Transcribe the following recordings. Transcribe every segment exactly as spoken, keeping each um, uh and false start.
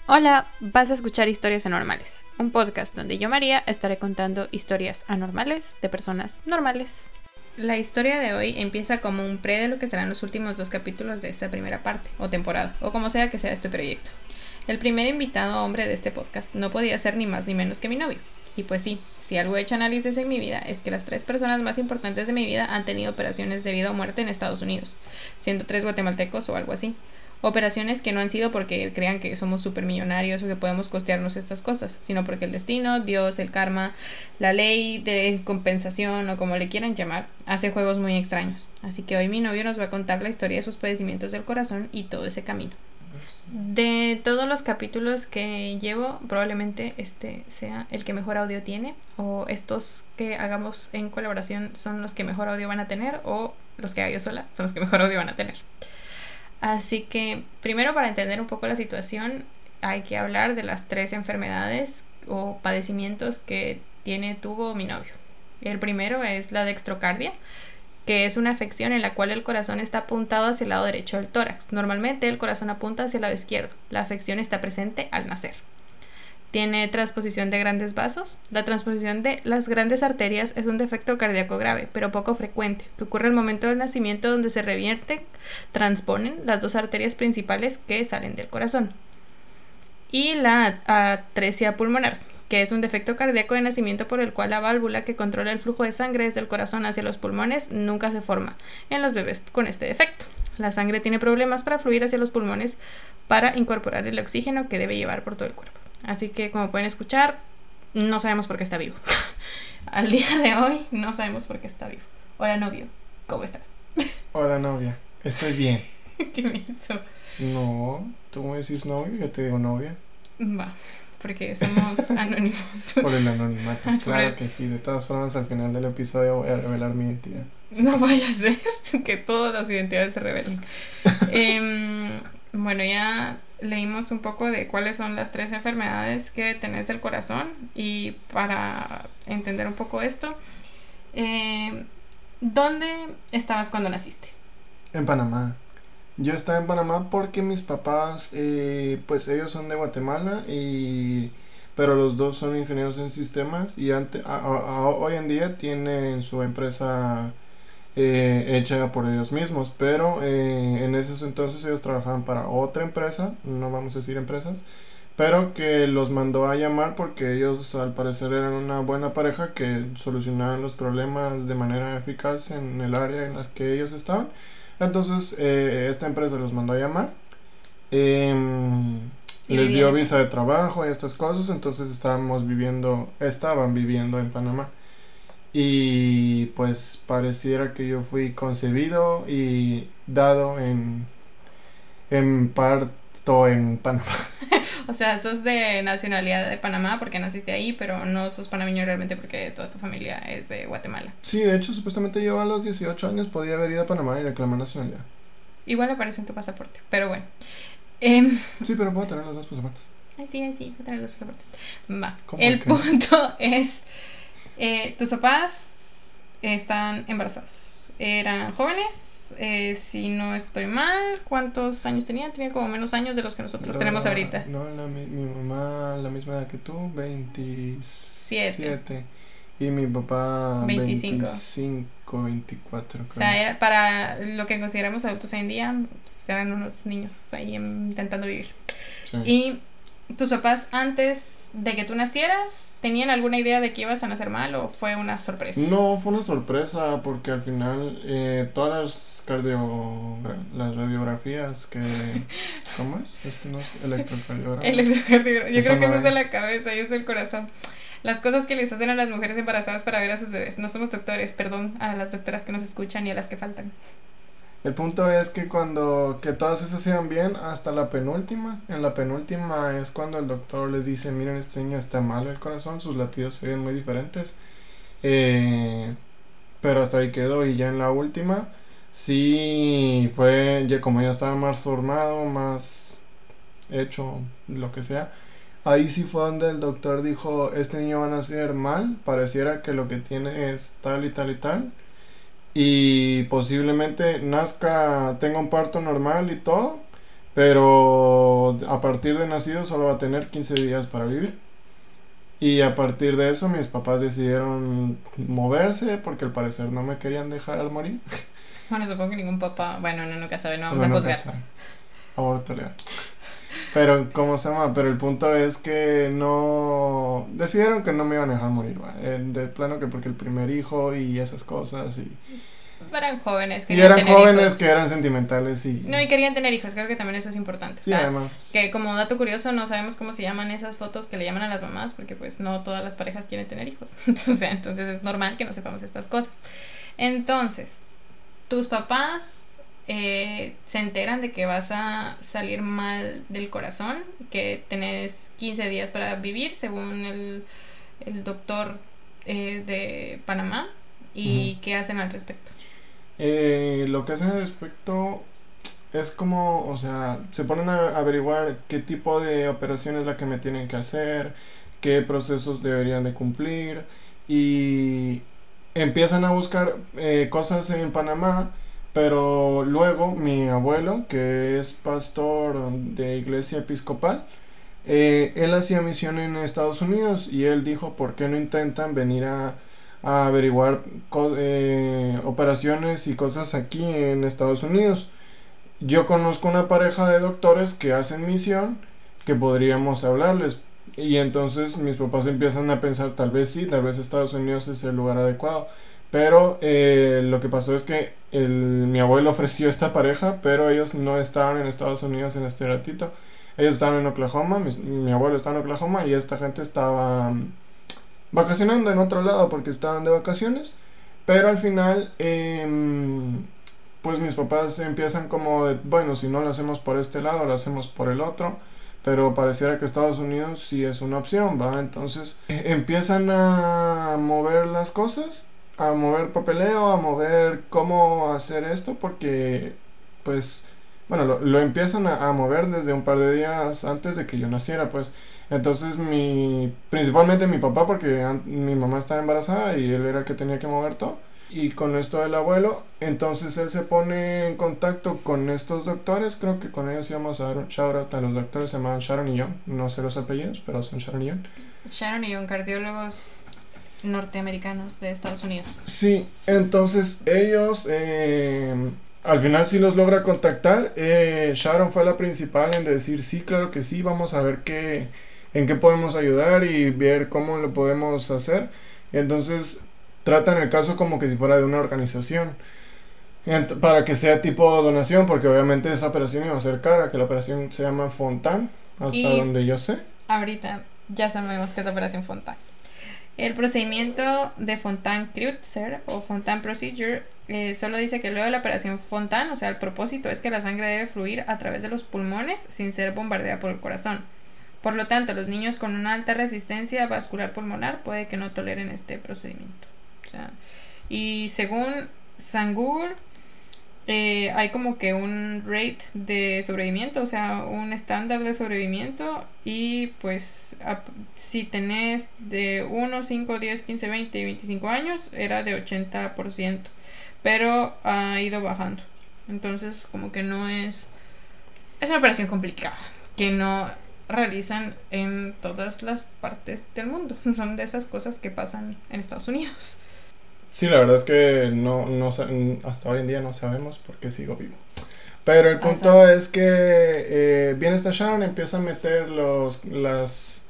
Hola, vas a escuchar Historias Anormales, un podcast donde yo, María, estaré contando historias anormales de personas normales. La historia de hoy empieza como un pre de lo que serán los últimos dos capítulos de esta primera parte, o temporada, o como sea que sea este proyecto. El primer invitado hombre de este podcast no podía ser ni más ni menos que mi novio. Y pues sí, si algo he hecho análisis en mi vida es que las tres personas más importantes de mi vida han tenido operaciones de vida o muerte en Estados Unidos, siendo tres guatemaltecos o algo así. Operaciones que no han sido porque crean que somos supermillonarios o que podemos costearnos estas cosas, sino porque el destino, Dios, el karma, la ley de compensación o como le quieran llamar, hace juegos muy extraños. Así que hoy mi novio nos va a contar la historia de sus padecimientos del corazón y todo ese camino. De todos los capítulos que llevo, probablemente este sea el que mejor audio tiene, o estos que hagamos en colaboración son los que mejor audio van a tener, o los que haga yo sola son los que mejor audio van a tener. Así que primero, para entender un poco la situación, hay que hablar de las tres enfermedades o padecimientos que tiene, tuvo mi novio. El primero es la dextrocardia, que es una afección en la cual el corazón está apuntado hacia el lado derecho del tórax. Normalmente el corazón apunta hacia el lado izquierdo. La afección está presente al nacer. Tiene transposición de grandes vasos. La transposición de las grandes arterias es un defecto cardíaco grave, pero poco frecuente, que ocurre al momento del nacimiento, donde se revierten, transponen las dos arterias principales que salen del corazón. Y la atresia pulmonar, que es un defecto cardíaco de nacimiento por el cual la válvula que controla el flujo de sangre desde el corazón hacia los pulmones nunca se forma en los bebés con este defecto. La sangre tiene problemas para fluir hacia los pulmones para incorporar el oxígeno que debe llevar por todo el cuerpo. Así que, como pueden escuchar, no sabemos por qué está vivo. Al día de hoy no sabemos por qué está vivo. Hola, novio, ¿cómo estás? Hola, novia, estoy bien. ¿Qué me hizo? No, tú me decís novio, yo te digo novia. Va, porque somos anónimos. Por el anonimato, Ay, claro por... que sí. De todas formas, al final del episodio voy a revelar mi identidad. No vaya a ser que todas las identidades se revelen. eh, bueno, ya leímos un poco de cuáles son las tres enfermedades que tenés del corazón, y para entender un poco esto, eh, ¿dónde estabas cuando naciste? En Panamá. Yo estaba en Panamá porque mis papás, eh, pues ellos son de Guatemala, y pero los dos son ingenieros en sistemas, y ante, a, a, a, hoy en día tienen su empresa eh, hecha por ellos mismos, pero eh, en esos entonces ellos trabajaban para otra empresa, no vamos a decir empresas, pero que los mandó a llamar porque ellos al parecer eran una buena pareja que solucionaban los problemas de manera eficaz en el área en las que ellos estaban. Entonces eh, esta empresa los mandó a llamar, eh, les dio visa de trabajo y estas cosas. Entonces estábamos viviendo, estaban viviendo en Panamá. Y pues pareciera que yo fui concebido y dado en, en parto en Panamá. O sea, sos de nacionalidad de Panamá porque naciste ahí, pero no sos panameño realmente porque toda tu familia es de Guatemala. Sí, de hecho, supuestamente yo a los dieciocho años podía haber ido a Panamá y reclamar nacionalidad. Igual aparece en tu pasaporte, pero bueno. Eh... Sí, pero puedo tener los dos pasaportes. Ay, sí, ay, sí, puedo tener los dos pasaportes. Va. ¿Cómo El que? punto es, eh, tus papás están embarazados. Eran jóvenes. Eh, si no estoy mal, ¿cuántos años tenían? Tenía como menos años de los que nosotros No, tenemos ahorita. No, la, mi, mi mamá la misma edad que tú, veintisiete. Y mi papá veinticinco. veinticinco, veinticuatro. O sea, era para lo que consideramos adultos hoy en día, pues, eran unos niños ahí intentando vivir. Sí. Y tus papás, antes de que tú nacieras, ¿tenían alguna idea de que ibas a nacer mal o fue una sorpresa? No, fue una sorpresa porque al final eh, todas las cardio las radiografías que ¿cómo es? Es que no es electrocardiograma. Electrocardiograma. Yo Eso creo que no eso es de es. la cabeza y es del corazón. Las cosas que les hacen a las mujeres embarazadas para ver a sus bebés. No somos doctores, perdón a las doctoras que nos escuchan y a las que faltan. El punto es que cuando que todas esas iban bien hasta la penúltima. En la penúltima es cuando el doctor les dice: miren, este niño está mal el corazón, sus latidos se ven muy diferentes, eh, pero hasta ahí quedó. Y ya en la última sí fue, ya como ya estaba más formado, más hecho, lo que sea, ahí sí fue donde el doctor dijo: este niño va a nacer mal, pareciera que lo que tiene es tal y tal y tal, y posiblemente nazca, tenga un parto normal y todo, pero a partir de nacido solo va a tener quince días para vivir. Y a partir de eso mis papás decidieron moverse porque al parecer no me querían dejar morir. Bueno, supongo que ningún papá, bueno, no, nunca sabe, no vamos Uno a nunca juzgar. sabe. Aborto legal. Pero, ¿cómo se llama? Pero el punto es que no... Decidieron que no me iban a dejar morir, ¿va? Eh, De plano que porque el primer hijo y esas cosas y... Eran jóvenes, Y querían eran tener jóvenes hijos. que eran sentimentales y... No, y querían tener hijos, creo que también eso es importante. Sí, o sea, además... que como dato curioso, no sabemos cómo se llaman esas fotos que le llaman a las mamás, porque pues no todas las parejas quieren tener hijos. O sea, entonces es normal que no sepamos estas cosas. Entonces, tus papás eh, se enteran de que vas a salir mal del corazón, que tenés quince días para vivir, según el, el doctor eh, de Panamá, y Ujú. qué hacen al respecto. Eh, lo que hacen al respecto es como, o sea, se ponen a averiguar qué tipo de operación es la que me tienen que hacer, qué procesos deberían de cumplir y empiezan a buscar eh, cosas en Panamá, pero luego mi abuelo, que es pastor de iglesia episcopal, eh, él hacía misión en Estados Unidos y él dijo, ¿por qué no intentan venir a a averiguar co- eh, operaciones y cosas aquí en Estados Unidos? Yo conozco una pareja de doctores que hacen misión que podríamos hablarles y entonces mis papás empiezan a pensar tal vez sí, tal vez Estados Unidos es el lugar adecuado, pero eh, lo que pasó es que el, mi abuelo ofreció esta pareja, pero ellos no estaban en Estados Unidos en este ratito, ellos estaban en Oklahoma, mi, mi abuelo estaba en Oklahoma y esta gente estaba vacacionando en otro lado porque estaban de vacaciones, pero al final eh, pues mis papás empiezan como de, bueno, si no lo hacemos por este lado, lo hacemos por el otro, pero pareciera que Estados Unidos sí es una opción, ¿va? Entonces eh, empiezan a mover las cosas, a mover papeleo, a mover cómo hacer esto, porque pues, bueno, lo, lo empiezan a, a mover desde un par de días antes de que yo naciera, pues. Entonces mi, principalmente mi papá, porque an- mi mamá estaba embarazada y él era el que tenía que mover todo. Y con esto del abuelo, entonces él se pone en contacto con estos doctores, creo que con ellos íbamos a dar un shout out a los doctores, se llaman Sharon y John, no sé los apellidos, pero son Sharon y John. Sharon y John, cardiólogos norteamericanos de Estados Unidos. Sí, entonces ellos, eh, al final sí los logra contactar. eh, Sharon fue la principal en decir sí, claro que sí, vamos a ver qué, en qué podemos ayudar y ver cómo lo podemos hacer. Entonces tratan el caso como que si fuera de una organización, Ent- para que sea tipo donación, porque obviamente esa operación iba a ser cara, que la operación se llama Fontan, hasta Y donde yo sé. ahorita ya sabemos que es la operación Fontan. El procedimiento de Fontan-Kreutzer o Fontan Procedure eh, solo dice que luego de la operación Fontan, o sea, el propósito es que la sangre debe fluir a través de los pulmones sin ser bombardeada por el corazón. Por lo tanto, los niños con una alta resistencia vascular pulmonar puede que no toleren este procedimiento. O sea, y según Sangur, eh, hay como que un rate de sobrevivimiento, o sea, un estándar de sobrevivimiento y pues a, si tenés de uno, cinco, diez, quince, veinte y veinticinco años era de ochenta por ciento, pero ha ido bajando. Entonces como que no es... Es una operación complicada que no realizan en todas las partes del mundo. Son de esas cosas que pasan en Estados Unidos. Sí, la verdad es que no, no sa- hasta hoy en día no sabemos por qué sigo vivo. Pero el punto Pasa. es que eh, viene esta Sharon, empieza a meter los, las,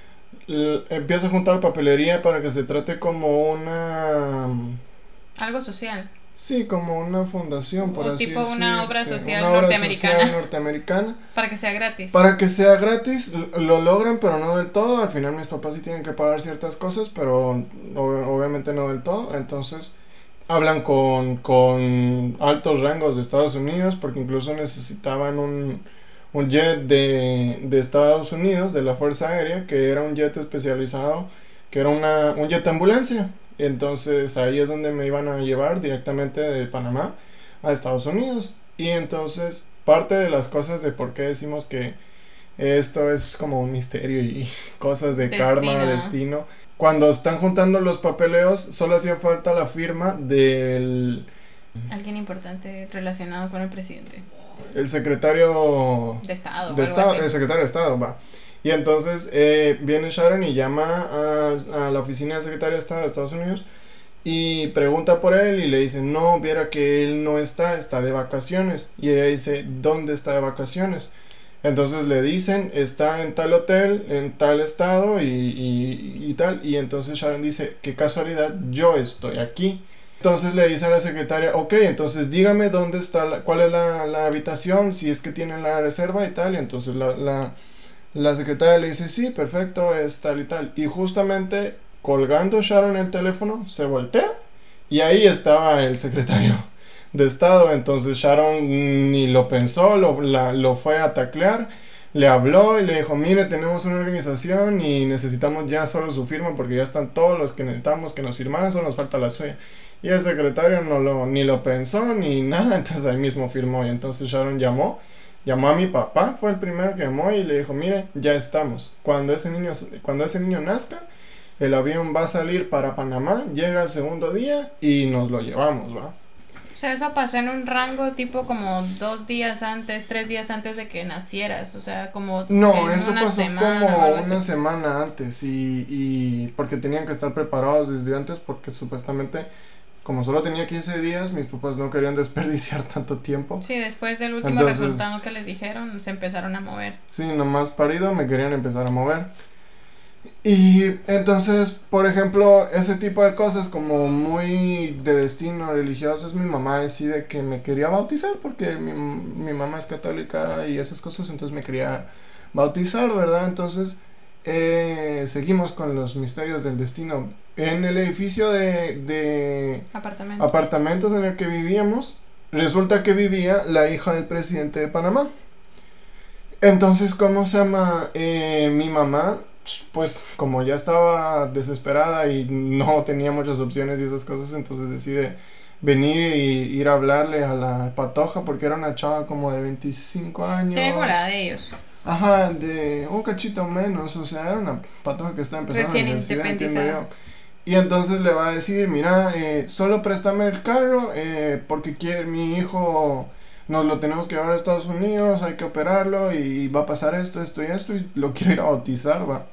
l- empieza a juntar papelería para que se trate como una, Algo social. sí, como una fundación, por O así tipo decir, una obra que- social una obra norteamericana. social norteamericana. Para que sea gratis. Para que sea gratis, l- lo logran, pero no del todo. Al final mis papás sí tienen que pagar ciertas cosas, pero ob- obviamente no del todo. Entonces hablan con, con altos rangos de Estados Unidos, porque incluso necesitaban un, un jet de, de Estados Unidos, de la Fuerza Aérea, que era un jet especializado, que era una, un jet de ambulancia. Entonces ahí es donde me iban a llevar directamente de Panamá a Estados Unidos. Y entonces parte de las cosas de por qué decimos que esto es como un misterio y cosas de Destino. karma, destino. Cuando están juntando los papeleos, solo hacía falta la firma del... Alguien importante relacionado con el presidente. el secretario de Estado, de Estado el secretario de Estado, va. Y entonces eh, viene Sharon y llama a, a la oficina del secretario de Estado de Estados Unidos y pregunta por él y le dice, no, viera que él no está, está de vacaciones. Y ella dice, ¿dónde está de vacaciones? Entonces le dicen, está en tal hotel, en tal estado y, y, y tal. Y entonces Sharon dice, qué casualidad, yo estoy aquí. Entonces le dice a la secretaria, ok, entonces dígame dónde está, la, cuál es la, la habitación, si es que tienen la reserva y tal. Y entonces la, la, la secretaria le dice, sí, perfecto, es tal y tal. Y justamente colgando Sharon el teléfono, se voltea y ahí estaba el secretario de Estado. Entonces Sharon ni lo pensó, lo, la, lo fue a taclear, le habló y le dijo, mire, tenemos una organización y necesitamos ya solo su firma porque ya están todos los que necesitamos que nos firmaran, solo nos falta la suya. Y el secretario no lo, ni lo pensó ni nada, entonces ahí mismo firmó. Y entonces Sharon llamó, llamó a mi papá, fue el primero que llamó y le dijo, mire, ya estamos. Cuando ese niño, cuando ese niño nazca, el avión va a salir para Panamá, llega el segundo día y nos lo llevamos, ¿va? O sea, eso pasó en un rango tipo como dos días antes, tres días antes de que nacieras, o sea, como no, en eso una pasó semana como o algo una así. semana antes y, y porque tenían que estar preparados desde antes porque supuestamente como solo tenía quince días, mis papás no querían desperdiciar tanto tiempo. Sí, después del último Entonces, resultado que les dijeron, se empezaron a mover. Sí, nomás parido me querían empezar a mover. Y entonces, por ejemplo, ese tipo de cosas como muy de destino religioso, mi mamá decide que me quería bautizar porque mi, mi mamá es católica y esas cosas, entonces me quería bautizar, ¿verdad? Entonces, eh, seguimos con los misterios del destino. En el edificio de, de Apartamento. apartamentos en el que vivíamos, resulta que vivía la hija del presidente de Panamá. Entonces, ¿cómo se llama? Eh, mi mamá, pues como ya estaba desesperada y no tenía muchas opciones y esas cosas, entonces decide venir y ir a hablarle a la patoja porque era una chava como de veinticinco años. Tiene como la de ellos. Ajá, de un cachito menos, o sea, era una patoja que estaba empezando Recién la universidad, entiendo independizada. yo. Y entonces le va a decir, mira, eh, solo préstame el carro eh, porque quiere, mi hijo nos lo tenemos que llevar a Estados Unidos, hay que operarlo y va a pasar esto, esto y esto y lo quiero ir a bautizar, va.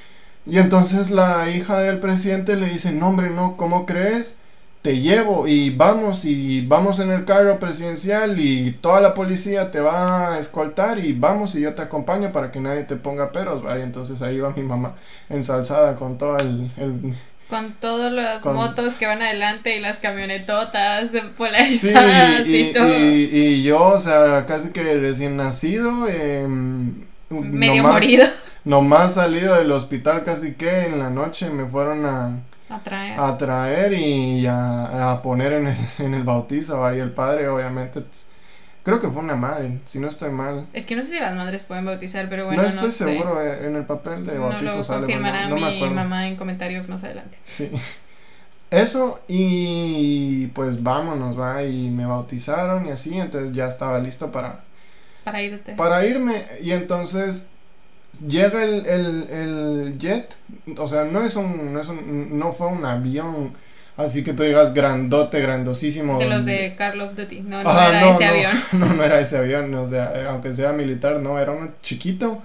Y entonces la hija del presidente le dice, no hombre, no, ¿cómo crees? Te llevo y vamos y vamos en el carro presidencial y toda la policía te va a escoltar y vamos y yo te acompaño para que nadie te ponga peros, ¿va? Y entonces ahí va mi mamá ensalzada con todo el... el Con todas las con... motos que van adelante y las camionetotas polarizadas sí, y, y, todo. Y, y yo, o sea, casi que recién nacido, eh, medio nomás, morido. Nomás salido del hospital casi que en la noche me fueron a... A traer. a traer y a, a poner en el, en el bautizo. Ahí el padre, obviamente, creo que fue una madre, si no estoy mal. Es que no sé si las madres pueden bautizar, pero bueno, no estoy no sé. seguro, eh, en el papel de bautizo no lo sale, confirmará no, no me mi acuerdo. mamá en comentarios más adelante. Sí. Eso y pues vámonos, va, y me bautizaron y así, entonces ya estaba listo para... Para irte. Para irme, y entonces... Llega el, el, el jet, o sea, no es un, no es un, no fue un avión, así que tú digas grandote, grandosísimo. De los de Call of Duty, no, no Ajá, era no, ese no, avión. No, no era ese avión, o sea, aunque sea militar, no, era uno chiquito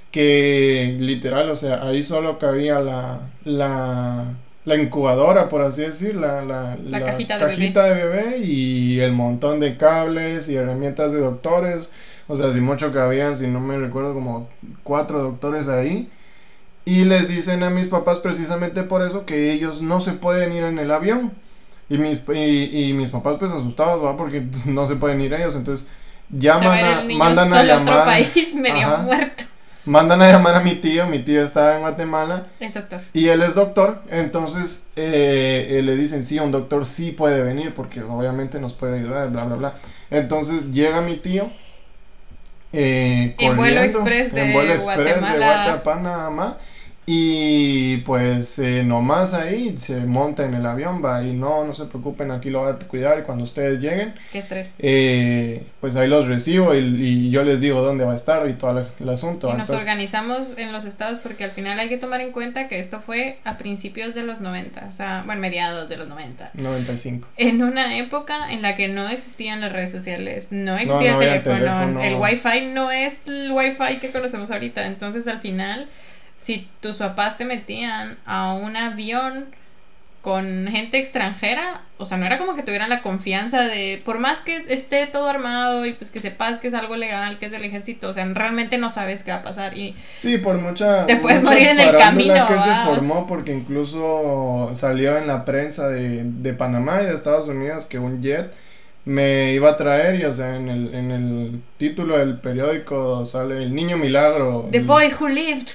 que literal, o sea, ahí solo cabía la, la, la incubadora, por así decir, la, la, La la cajita de cajita de bebé y el montón de cables y herramientas de doctores. O sea, si mucho cabían, si no me recuerdo, como cuatro doctores ahí. Y les dicen a mis papás precisamente por eso que ellos no se pueden ir en el avión. Y mis, y, y mis papás pues asustados, ¿va? Porque no se pueden ir ellos. Entonces llaman a, el niño mandan solo a llamar. otro país medio Ajá, muerto. Mandan a llamar a mi tío. Mi tío estaba en Guatemala. Es doctor. Y él es doctor. Entonces eh, eh, le dicen, sí, un doctor sí puede venir porque obviamente nos puede ayudar, bla, bla, bla. Entonces llega mi tío. Eh, en vuelo express de en vuelo express Guatemala de Guatemala, Panamá, Y pues eh, nomás ahí se monta en el avión, va, y no, no se preocupen, aquí lo voy a cuidar y cuando ustedes lleguen, Qué estrés. eh, pues ahí los recibo y, y yo les digo dónde va a estar y todo el, el asunto. Y nos Entonces, organizamos en los estados porque al final hay que tomar en cuenta que esto fue a principios de los noventa, o sea, bueno, mediados de los noventa. noventa y cinco. En una época en la que no existían las redes sociales, no No, existía no el había teléfono, el teléfonos. wifi no es el wifi que conocemos ahorita, entonces al final, si tus papás te metían a un avión con gente extranjera, o sea, no era como que tuvieran la confianza de, por más que esté todo armado y pues que sepas que es algo legal, que es del ejército, o sea, realmente no sabes qué va a pasar y Sí, por mucha, te puedes mucha morir en el farándula camino, que se ¿va? formó, porque incluso salió en la prensa de, de Panamá y de Estados Unidos que un jet me iba a traer, y o sea, en el, en el título del periódico sale el niño milagro. The el- boy who lived.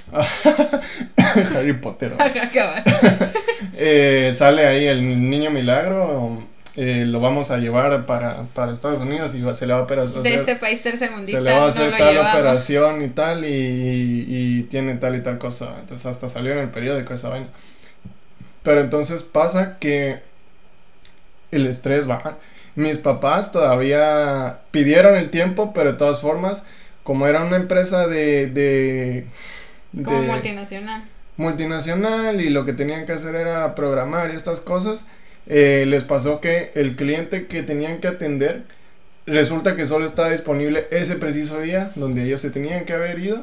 Harry Potter. Ajá, cabal. Eh, sale ahí el niño milagro, eh, lo vamos a llevar para, para Estados Unidos y va- se le va a operar- hacer, De este país tercermundista se le va a no hacer lo tal llevamos. operación y tal, y, y, y tiene tal y tal cosa. Entonces hasta salió en el periódico esa vaina. Pero entonces pasa que el estrés va. Mis papás todavía pidieron el tiempo, pero de todas formas, como era una empresa de... de, Como de multinacional. multinacional y lo que tenían que hacer era programar y estas cosas, eh, les pasó que el cliente que tenían que atender resulta que solo estaba disponible ese preciso día donde ellos se tenían que haber ido,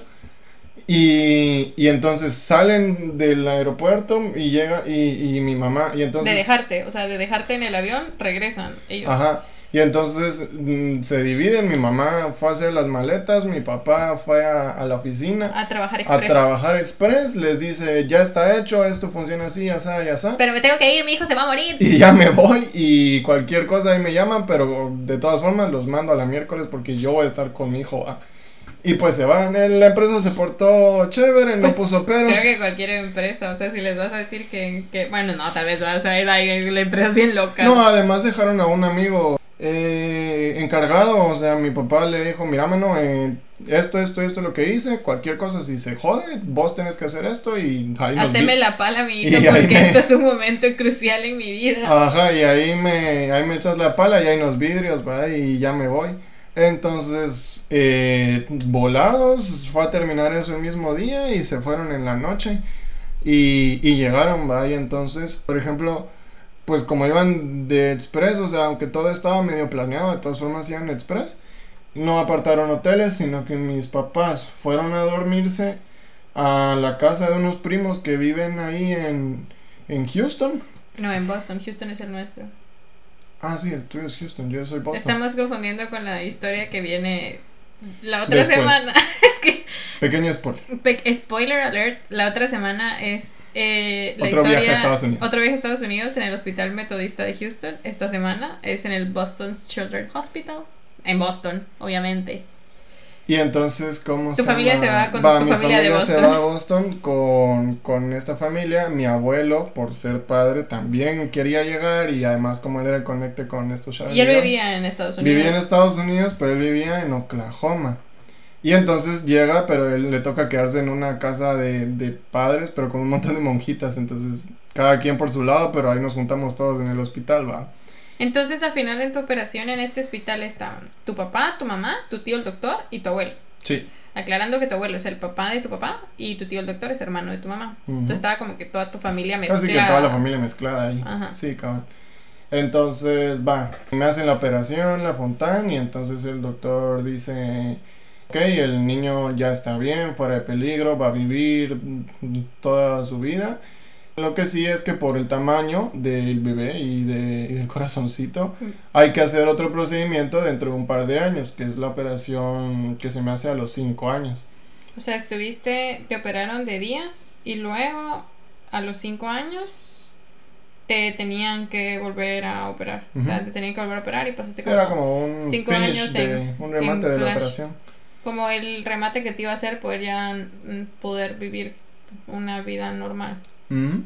y, y entonces salen del aeropuerto y llega y, y mi mamá y entonces De dejarte, o sea, de dejarte en el avión, regresan ellos. ajá. Y entonces mm, se dividen, mi mamá fue a hacer las maletas, mi papá fue a, a la oficina A trabajar a express. trabajar express, les dice, ya está hecho, esto funciona así, así, y así. Pero me tengo que ir, mi hijo se va a morir. Y ya me voy y cualquier cosa ahí me llaman, pero de todas formas los mando a la miércoles porque yo voy a estar con mi hijo. ¿va? Y pues se van, la empresa se portó chévere, no Pues, puso peros. creo que cualquier empresa, o sea, si les vas a decir que, que bueno, no, tal vez vas a ir ahí, la empresa es bien loca. No, además dejaron a un amigo eh, encargado, o sea, mi papá le dijo, mira, mano, eh, esto, esto, esto es lo que hice, cualquier cosa, si se jode, vos tenés que hacer esto y ahí nos Haceme vi- la pala, amiguito, Y ahí porque me- esto es un momento crucial en mi vida. Ajá, y ahí me, ahí me echas la pala y hay unos vidrios, ¿va? Y ya me voy. Entonces, eh, volados, fue a terminar eso el mismo día y se fueron en la noche y, y llegaron, ¿va? Y entonces, por ejemplo, pues como iban de express, o sea, aunque todo estaba medio planeado, de todas formas iban express, no apartaron hoteles, sino que mis papás fueron a dormirse a la casa de unos primos que viven ahí en, en Houston. No, en Boston, Houston es el nuestro. Ah, sí, el tuyo es Houston, yo soy Boston. Estamos confundiendo con la historia que viene la otra Después. semana. Es que, Pequeño spoiler. pe- spoiler alert, la otra semana es eh, la Otro historia... viaje a Estados Unidos. Otro viaje a Estados Unidos en el Hospital Metodista de Houston. Esta semana es en el Boston's Children's Hospital. En Boston, obviamente. Y entonces, ¿cómo Tu se familia llama? se va con Va, tu mi familia de se Boston. va a Boston con, con esta familia. Mi abuelo, por ser padre, también quería llegar y además como él era el conecte con estos chavos. Y él vivía en Estados Unidos. Vivía en Estados Unidos, pero él vivía en Oklahoma. Y entonces llega, pero él le toca quedarse en una casa de, de padres, pero con un montón de monjitas. Entonces, cada quien por su lado, pero ahí nos juntamos todos en el hospital, va. Entonces, al final en tu operación en este hospital estaban tu papá, tu mamá, tu tío el doctor y tu abuelo. Sí. Aclarando que tu abuelo es el papá de tu papá y tu tío el doctor es hermano de tu mamá. Ujú. Entonces estaba como que toda tu familia mezclada. Así que toda la familia mezclada ahí. Ajá. Sí, cabrón. Entonces, va, me hacen la operación, la Fontán, y entonces el doctor dice, ok, el niño ya está bien, fuera de peligro, va a vivir mm, toda su vida. Lo que sí es que por el tamaño del bebé y, de, y del corazoncito, Mm. hay que hacer otro procedimiento dentro de un par de años, que es la operación que se me hace a los cinco años. O sea, estuviste, te operaron de días y luego a los cinco años te tenían que volver a operar. O sea, Ujú. te tenían que volver a operar y pasaste como, Era como un cinco finish años de, en- un remate en de la flash. operación. como el remate que te iba a hacer poder ya mm, poder vivir una vida normal. Ujú.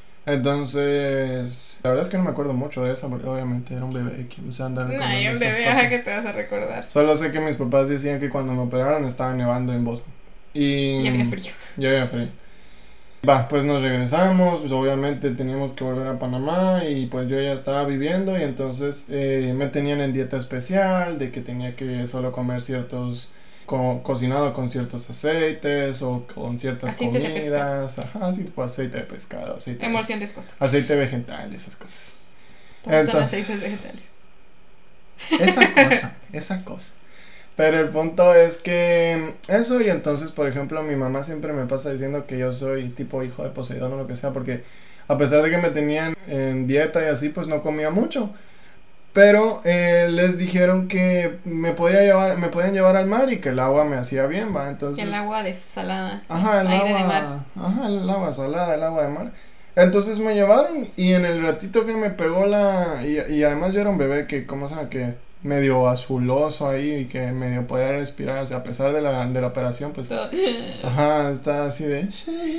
Entonces, la verdad es que no me acuerdo mucho de esa, porque obviamente era un bebé que se andaba No, recordando y un esas bebé, cosas. ajá, que te vas a recordar. Solo sé que mis papás decían que cuando me operaron estaba nevando en Boston. Y, Y había frío. Ya había frío. Va, pues nos regresamos, pues obviamente teníamos que volver a Panamá y pues yo ya estaba viviendo y entonces eh, me tenían en dieta especial de que tenía que solo comer ciertos, co- cocinado con ciertos aceites o con ciertas Aceite de comidas, ajá, sí, tipo aceite de pescado, aceite, Emulsión de Scott. aceite vegetal, esas cosas. ¿Cómo son Entonces- aceites vegetales? Esa cosa, esa cosa. Pero el punto es que eso y entonces, por ejemplo, mi mamá siempre me pasa diciendo que yo soy tipo hijo de Poseidón o lo que sea, porque a pesar de que me tenían en dieta y así, pues no comía mucho. Pero eh, les dijeron que me podía llevar, me podían llevar al mar y que el agua me hacía bien, va. Entonces, El agua desalada. ajá, el aire agua, de mar. ajá, el agua salada, el agua de mar. Entonces me llevaron y en el ratito que me pegó la y, y además yo era un bebé que como se llama que medio azuloso ahí y que medio podía respirar, o sea, a pesar de la de la operación, pues Todo- ajá, estaba así de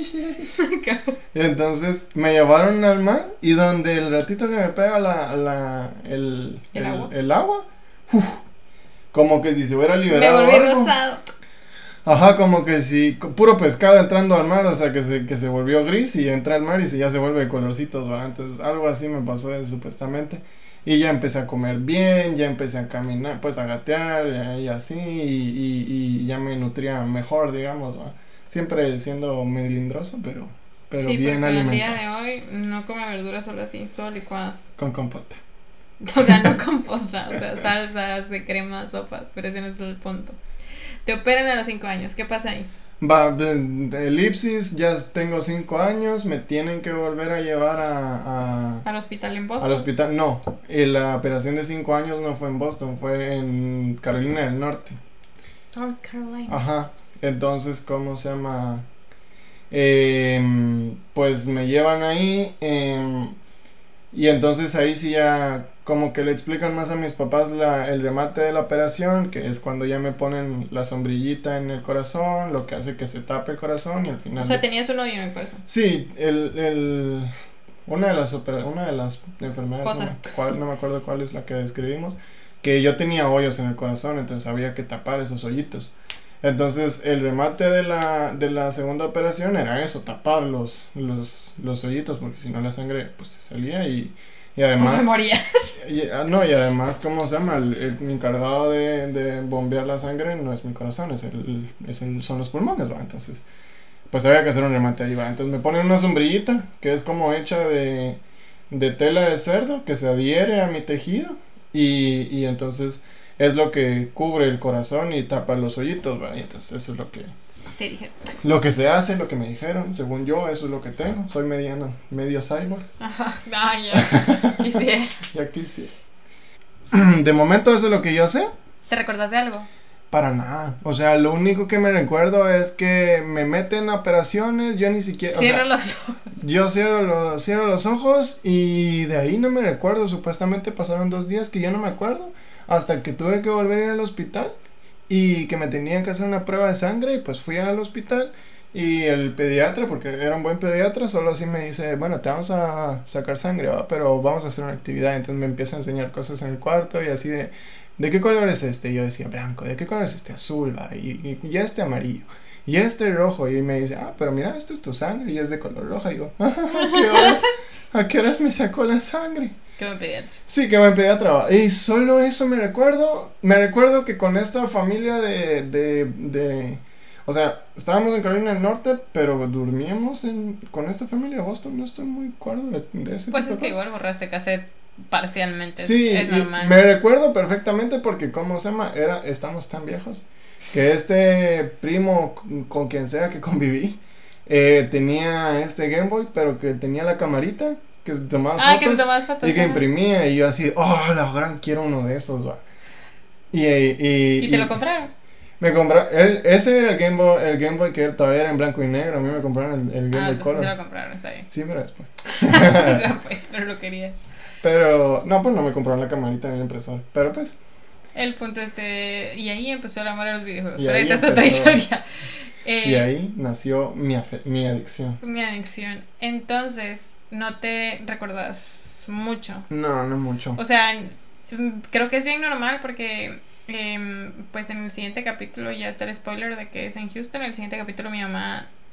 y entonces me llevaron al mar y donde el ratito que me pega la la el ¿El agua? el agua, uf, como que si se hubiera Me liberado volví algo. rosado. Ajá, como que si co- puro pescado entrando al mar, o sea, que se, que se volvió gris y entra al mar y se, ya se vuelve de colorcitos, ¿verdad? Entonces, algo así me pasó eso, supuestamente. Y ya empecé a comer bien, ya empecé a caminar, pues a gatear y, y así, y, y, y ya me nutría mejor, digamos, ¿verdad? Siempre siendo melindroso, pero, pero Sí, bien porque el alimentado. día de hoy no come verduras solo así, todo licuadas. Con compota. O sea, no compota, o sea, salsas, de crema, sopas, pero ese no es el punto. Te operan a los cinco años, ¿qué pasa ahí? Va, de- elipsis, ya tengo cinco años, me tienen que volver a llevar a... a Al hospital en Boston. Al hospital, no, eh, la operación de cinco años no fue en Boston, fue en Carolina del Norte. North Carolina. Ajá, entonces, ¿cómo se llama? Em, pues me llevan ahí em, y entonces ahí sí ya como que le explican más a mis papás la, el remate de la operación, que es cuando ya me ponen la sombrillita en el corazón, lo que hace que se tape el corazón y al final... O sea, tenías un hoyo en el corazón. Sí, el, el, una de las opera- una de las enfermedades, Cosas. No, me, cuál- no me acuerdo cuál es la que describimos, que yo tenía hoyos en el corazón, entonces había que tapar esos hoyitos. Entonces el remate de la, de la segunda operación era eso, tapar los, los, los hoyitos, porque si no la sangre pues se salía y, y además... Pues me moría. Y, ah, no, y además, ¿cómo se llama? El, el- mi encargado de, de bombear la sangre no es mi corazón, es el, es el, son los pulmones, ¿va? Entonces, pues había que hacer un remate ahí, ¿va? Entonces me ponen una sombrillita que es como hecha de, de tela de cerdo que se adhiere a mi tejido y, y entonces es lo que cubre el corazón y tapa los hoyitos, ¿va? Y entonces eso es lo que, Te dije. lo que se hace, lo que me dijeron, según yo, eso es lo que tengo. Soy mediano, medio cyborg. Ajá. Ah, ya. Quisiera. Y aquí sí. De momento eso es lo que yo sé. ¿Te recordás de algo? Para nada. O sea, lo único que me recuerdo es que me meten a operaciones, yo ni siquiera... o Cierra sea, los ojos. yo cierro los, cierro los ojos y de ahí no me recuerdo. Supuestamente pasaron dos días que yo no me acuerdo. Hasta que tuve que volver a ir al hospital y que me tenían que hacer una prueba de sangre y pues fui al hospital. Y el pediatra, porque era un buen pediatra, solo así me dice, bueno, te vamos a sacar sangre, ¿va? Pero vamos a hacer una actividad. Entonces me empieza a enseñar cosas en el cuarto y así de, ¿de qué color es este? Y yo decía, blanco. ¿De qué color es este? Azul, ¿va? Y, y, y este amarillo. Y este rojo. Y me dice, ah, pero mira, esto es tu sangre y es de color roja. Y digo, ¿a qué horas, a qué horas me sacó la sangre? Qué buen pediatra. Sí, que buen pediatra. ¿va? Y solo eso me recuerdo. Me recuerdo que con esta familia de... de, de o sea, estábamos en Carolina del Norte, pero durmíamos en, con esta familia de Boston. No estoy muy acuerdo de, de ese Pues tipo es de que cosas. igual borraste cassette parcialmente. es- Sí, es, y normal. me recuerdo perfectamente porque, ¿cómo se llama? Era, estamos tan viejos que este primo con, con quien sea que conviví eh, tenía este Game Boy, pero que tenía la camarita que tomaba Ah, que te fotos tomabas fotos. y que ajá. imprimía y yo así, oh, la gran quiero uno de esos, va. Y, y, ¿Y te lo compraron? Me compró, él, ese era el Game Boy, el Game Boy que él todavía era en blanco y negro. A mí me compraron el, el Game Ah, Boy entonces Color. te lo compraron, está bien. Sí, pero después. O sea, pues, pero lo quería. Pero, no, pues no me compraron la camarita ni el impresor. Pero pues, El punto este. Y ahí empezó el amor a los videojuegos. Y Pero ahí esta es otra empezó. historia. Eh, y ahí nació mi, afe- mi adicción. Mi adicción. Entonces, no te recordás mucho. No, no mucho. O sea, mm, creo que es bien normal porque. em, pues en el siguiente capítulo ya está el spoiler de que es en Houston. En el siguiente capítulo mi mamá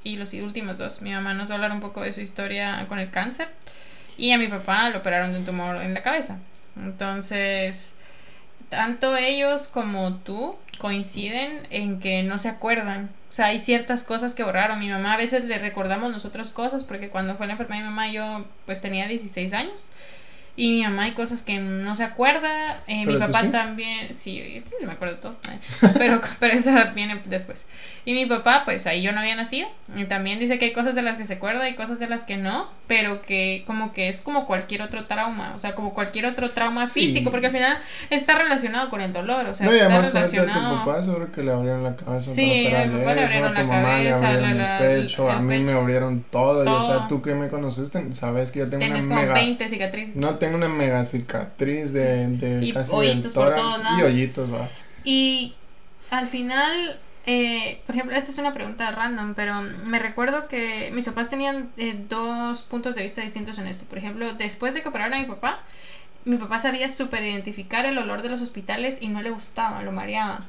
y los últimos dos. Mi mamá nos va a hablar un poco de su historia con el cáncer y a mi papá lo operaron de un tumor en la cabeza. Entonces, tanto ellos como tú coinciden en que no se acuerdan. O sea, hay ciertas cosas que borraron. Mi mamá, a veces le recordamos nosotros cosas, porque cuando fue la enfermedad de mi mamá yo pues tenía dieciséis años. Y mi mamá hay cosas que no se acuerda. Eh, mi papá sí? también. Sí, sí, me acuerdo todo. Pero, pero esa viene después. Y mi papá, pues ahí yo no había nacido. Y también dice que hay cosas de las que se acuerda y cosas de las que no. Pero que como que es como cualquier otro trauma. O sea, como cualquier otro trauma sí. físico. Porque al final está relacionado con el dolor. O sea, no, está además, relacionado. A tu papá seguro que le abrieron la cabeza. Sí, para a mi papá le abrieron eso, a tu la mamá cabeza, le abrieron la, el pecho. el a mí pecho. me abrieron todo. todo. Y, o sea, tú que me conociste, sabes que yo tengo Tienes una como mega. veinte cicatrices. No, tengo una mega cicatriz de, de y casi hoyitos del por tórax todos lados. y hoyitos, va. Y al final, eh, por ejemplo, esta es una pregunta random, pero me recuerdo que mis papás tenían eh, dos puntos de vista distintos en esto. Por ejemplo, después de que operaron a mi papá, mi papá sabía súper identificar el olor de los hospitales y no le gustaba, lo mareaba.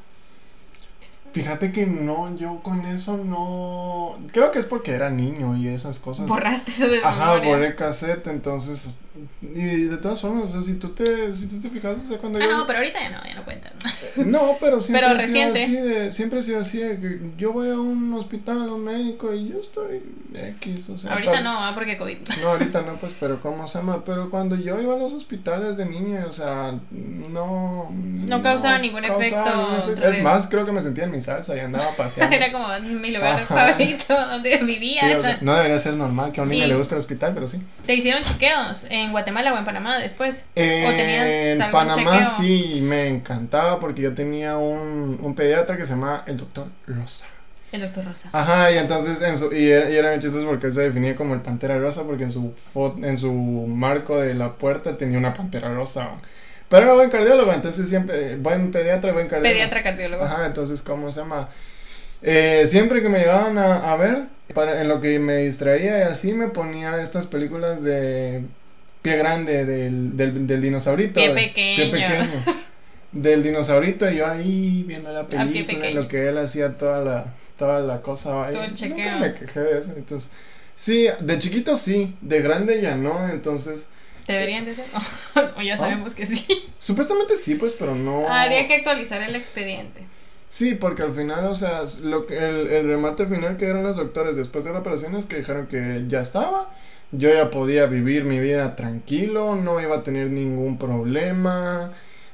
Fíjate que no, yo con eso no. Creo que es porque era niño y esas cosas. Borraste eso de Ajá, memoria. borré cassette, entonces. Y de todas formas, o sea, si tú te, si tú te fijas, o sea, cuando ah, yo. no, pero ahorita ya no, ya no cuenta. No, pero siempre Pero he sido reciente. así de, siempre he sido así de que yo voy a un hospital, a un médico y yo estoy X, o sea. Ahorita tal, no, ¿ah? Porque COVID. No, ahorita no, pues, pero ¿cómo se llama? Pero cuando yo iba a los hospitales de niño, o sea, no. No causaba ningún causaba efecto. ningún efecto. Es más, creo que me sentía en mi salsa y andaba paseando. Era como mi lugar Ajá. favorito donde vivía. Sí, o sea, no debería ser normal que a un niño Y- le guste el hospital, pero sí. ¿Te hicieron chequeos en Guatemala o en Panamá después? Eh, ¿O tenías en algún Panamá chequeo? sí me encantaba porque yo tenía un, un pediatra que se llama el doctor Rosa. El doctor Rosa. Ajá, y entonces en su, y era, y era muy chistoso porque él se definía como el pantera rosa porque en su fo- en su marco de la puerta tenía una pantera rosa. Pero era buen cardiólogo, entonces siempre, buen pediatra y buen cardiólogo. Pediatra cardiólogo. Ajá, entonces, ¿cómo se llama? Eh, siempre que me llegaban a, a ver, para, en lo que me distraía y así, me ponía estas películas de Pie Grande, del, del, del dinosaurito. Pie de- pequeño. Pie pequeño. Del dinosaurito, y yo ahí viendo la pie película, pequeño. lo que él hacía, toda la, toda la cosa. Todo ahí, el chequeo. Nunca me quejé de eso, entonces... Sí, de chiquito sí, de grande ya no, entonces... ¿Deberían de ser? O ya sabemos que sí. Supuestamente sí, pues, pero no... Habría que actualizar el expediente. Sí, porque al final, o sea, lo que el, el remate final que dieron los doctores después de la operación es que dijeron que ya estaba, yo ya podía vivir mi vida tranquilo, no iba a tener ningún problema,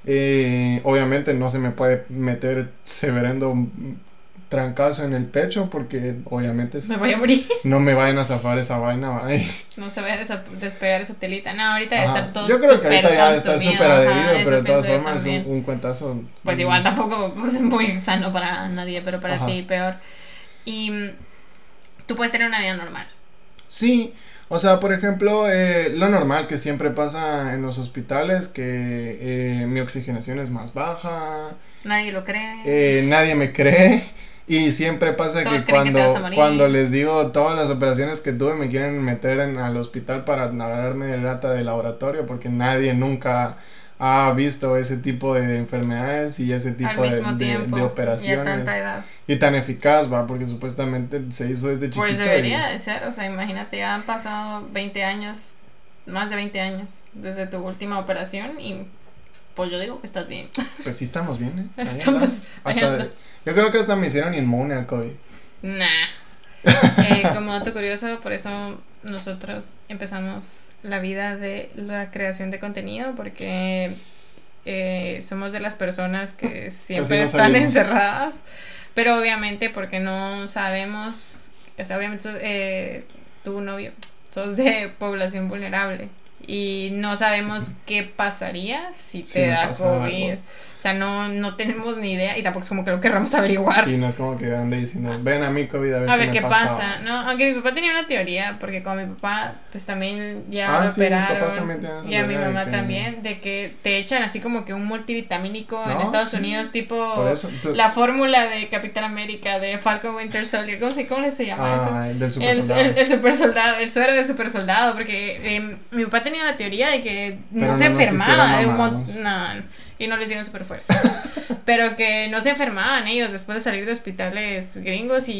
eh, obviamente no se me puede meter severendo un trancazo en el pecho porque obviamente es- Me voy a morir. no me vayan a zafar esa vaina, ay. No se vaya a desa- despegar esa telita. No, ahorita debe Ajá. estar todo Yo creo que súper ahorita ya debe estar consumido, súper ajá, adherido, eso pero de todas pienso yo formas es también. un, un cuentazo. Pues mm, igual tampoco es muy sano para nadie, pero para Ajá. ti peor. Y mm, tú puedes tener una vida normal. Sí, o sea, por ejemplo, eh, lo normal que siempre pasa en los hospitales, que eh, mi oxigenación es más baja, Nadie lo cree. eh, nadie me cree, y siempre pasa Todos que creen que te vas a cuando, morir. cuando les digo todas las operaciones que tuve me quieren meter en, al hospital para agarrarme de rata de laboratorio, porque nadie nunca ha visto ese tipo de enfermedades y ese tipo Al de, mismo de- tiempo. de Y a operaciones. tanta edad. Y tan eficaz, va, porque supuestamente se hizo desde chiquito. Pues y- debería de ser, o sea, imagínate, ya han pasado veinte años, más de veinte años desde tu última operación y pues yo digo que estás bien. Pues sí estamos bien, ¿eh? Ahí Estamos- andamos. ahí Hasta- andamos. yo creo que hasta me hicieron inmune al COVID. Nah. Eh, como dato curioso, por eso nosotros empezamos la vida de la creación de contenido, porque eh, somos de las personas que siempre no están salimos. encerradas, pero obviamente porque no sabemos, o sea, obviamente sos, eh, tu novio, sos de población vulnerable y no sabemos qué pasaría si Si te me da pasa COVID. algo. O sea, no, no tenemos ni idea y tampoco es como que lo querramos averiguar. Sí, no es como que ande diciendo, ven a mi COVID a ver, A ver qué, qué me pasa, ¿no? Aunque mi papá tenía una teoría, porque como mi papá, pues también ya Ah, lo sí, mis operaron, papás también tienen esa y a mi teoría de mamá que- también, de que te echan así como que un multivitamínico en No, Estados sí. Unidos, tipo Por eso, tú- la fórmula de Capitán América, de Falcon Winter Soldier, ¿cómo se, cómo se llama eso? Ah, el del super El, soldado. el, el super soldado, el suero de super soldado, porque eh, mi papá tenía la teoría de que Pero no no se nos enfermaba, hicieron de un mon- mamados. no, y no les dieron super fuerza, pero que no se enfermaban ellos después de salir de hospitales gringos y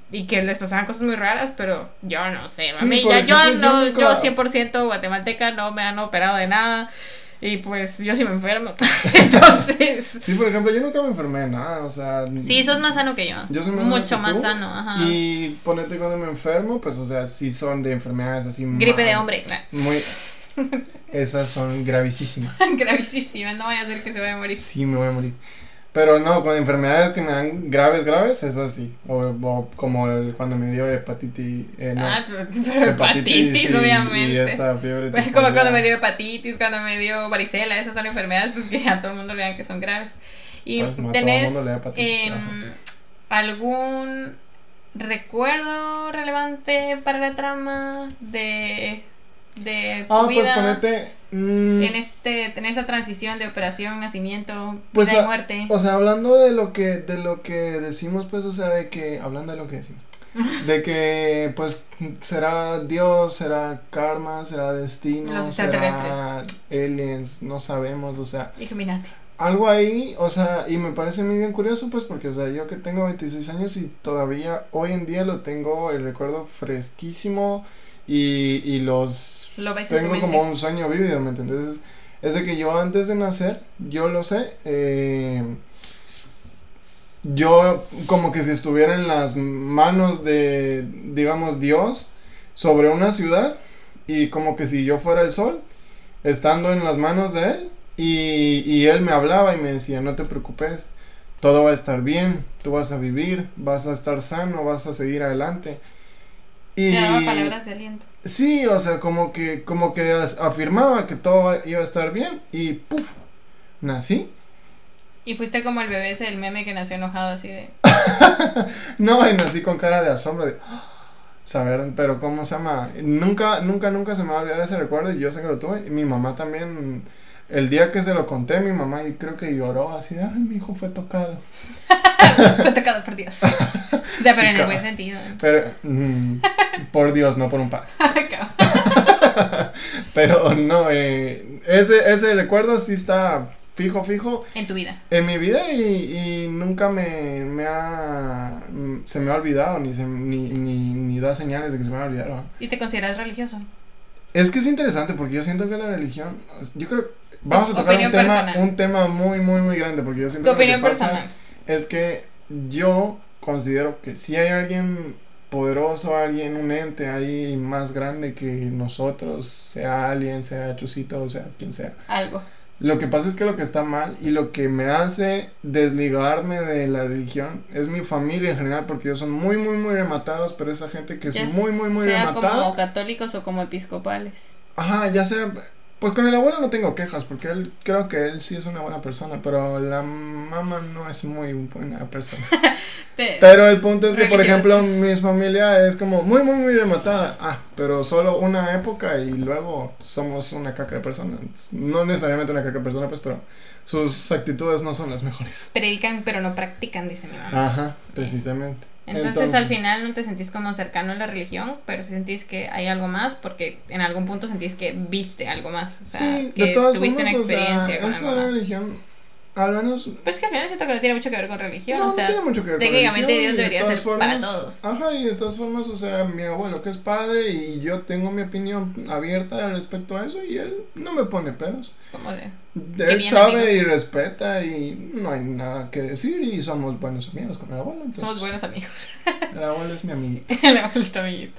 y que les pasaban cosas muy raras, pero yo no sé, Sí, mami, por ya ejemplo, yo yo no, nunca- yo cien por ciento guatemalteca, no me han operado de nada, y pues yo sí me enfermo, entonces, Sí, por ejemplo, yo nunca me enfermé de nada, o sea... sí, sos más sano que yo, Yo soy más mucho sano que más tú, sano, ajá, Y ponete cuando me enfermo, pues, o sea, sí son de enfermedades así... gripe de mal- hombre, Muy... Esas son gravísimas. gravísima, no vaya a ser que se vaya a morir. Sí, me voy a morir. Pero no, con enfermedades que me dan graves, graves, es así. O, o como el- cuando me dio hepatitis. Eh, no, Ah, pero, pero hepatitis, y- obviamente. Y esta fiebre. Pues tifoidea. como cuando me dio hepatitis, cuando me dio varicela, esas son enfermedades pues que a todo el mundo le dan que son graves. Y Pues no, a todo el tenés mundo le da hepatitis, em, algún recuerdo relevante para la trama de, de tu Ah, pues vida ponete. mm, en este en esta transición de operación, nacimiento, Pues, vida y a- muerte. O sea, hablando de lo que de lo que decimos, pues, o sea, de que hablando de lo que decimos, de que pues será Dios, será karma, será destino, Los extraterrestres. será aliens, no sabemos, o sea, Illuminati. algo ahí, o sea, y me parece muy bien curioso, pues, porque, o sea, yo que tengo veintiséis años y todavía hoy en día lo tengo el recuerdo fresquísimo y, y los Lo ves en tu tengo mente. como un sueño vívido, ¿me entiendes? Es de que yo antes de nacer, yo lo sé, eh, yo como que si estuviera en las manos de, digamos, Dios sobre una ciudad y como que si yo fuera el sol, estando en las manos de él y, y él me hablaba y me decía, no te preocupes, todo va a estar bien, tú vas a vivir, vas a estar sano, vas a seguir adelante. Y Te daba palabras de aliento. sí, o sea, como que como que as- afirmaba que todo iba a estar bien y puf, nací. Y fuiste como el bebé ese del meme que nació enojado así de... No, y nací con cara de asombro de ¡ah! Saber, pero cómo se llama, nunca nunca nunca se me va a olvidar ese recuerdo y yo sé que lo tuve y mi mamá también. El día que se lo conté, mi mamá y creo que lloró así de, ay, mi hijo fue tocado. Fue tocado por Dios. O sea, pero Sí, en el cabrón. buen sentido. ¿eh? Pero, mm, por Dios, no por un padre. Cabrón. Pero no, eh, ese, ese recuerdo sí está fijo, fijo En tu vida. en mi vida y, y nunca me, me ha, mm, se me ha olvidado, ni, se, ni, ni, ni da señales de que se me va a olvidar. ¿no? ¿Y te consideras religioso? Es que es interesante porque yo siento que la religión, yo creo, vamos a tocar Opinión un tema, personal. un tema muy, muy, muy grande porque yo siento Tu que lo que opinión pasa personal. es que yo considero que si hay alguien poderoso, alguien, un ente ahí más grande que nosotros, sea alguien, sea Chusito, o sea quien sea. Algo. Lo que pasa es que lo que está mal y lo que me hace desligarme de la religión es mi familia en general, porque ellos son muy, muy, muy rematados, pero esa gente que es Ya muy, muy, muy sea rematada. como católicos o como episcopales. Ajá, ya sea, pues con el abuelo no tengo quejas, porque él, creo que él sí es una buena persona, pero la mamá no es muy buena persona. Te- Pero el punto es que, por ejemplo, Religiosos. mi familia es como muy, muy, muy rematada. Ah, pero solo una época y luego somos una caca de persona. No necesariamente una caca de persona, pues, pero sus actitudes no son las mejores. Predican pero no practican, dice mi mamá. Ajá, precisamente. Entonces, al final no te sentís como cercano a la religión, pero sí sentís que hay algo más, porque en algún punto sentís que viste algo más, o sea, Sí, que de todas tuviste formas, una experiencia o sea, con es algo una más. religión, al menos... Pues que al final siento que no tiene mucho que ver con religión, No, o sea, no tiene mucho que ver con técnicamente religión, Dios y de debería todas ser para todos. Ajá, y de todas formas, o sea, mi abuelo que es padre y yo tengo mi opinión abierta respecto a eso y él no me pone peros. Como de, Él bien, sabe amigo. y respeta y no hay nada que decir y somos buenos amigos con el abuelo. Entonces, somos buenos amigos. El abuelo es mi amiguito. Le hago el tomillito.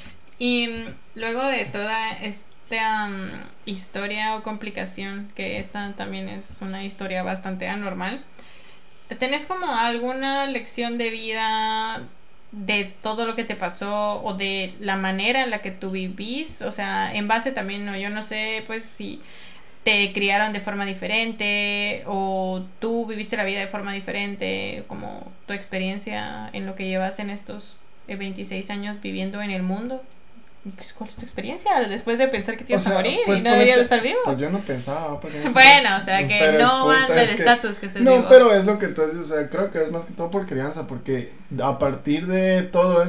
Y mm, luego de toda esta um, historia o complicación, que esta también es una historia bastante anormal, ¿tenés como alguna lección de vida de todo lo que te pasó o de la manera en la que tú vivís? O sea, en base también, no, yo no sé, pues si te criaron de forma diferente o tú viviste la vida de forma diferente, como tu experiencia en lo que llevas en estos eh, veintiséis años viviendo en el mundo. ¿Cuál es tu experiencia después de pensar que te ibas O sea, a morir pues, y no deberías ponete- de estar vivo? Pues yo no pensaba. porque no sé, Bueno, pues, o sea que pero el no punto anda el es que- estatus que estés No, vivo. pero es lo que tú dices, o sea, creo que es más que todo por crianza, porque a partir de todo eso,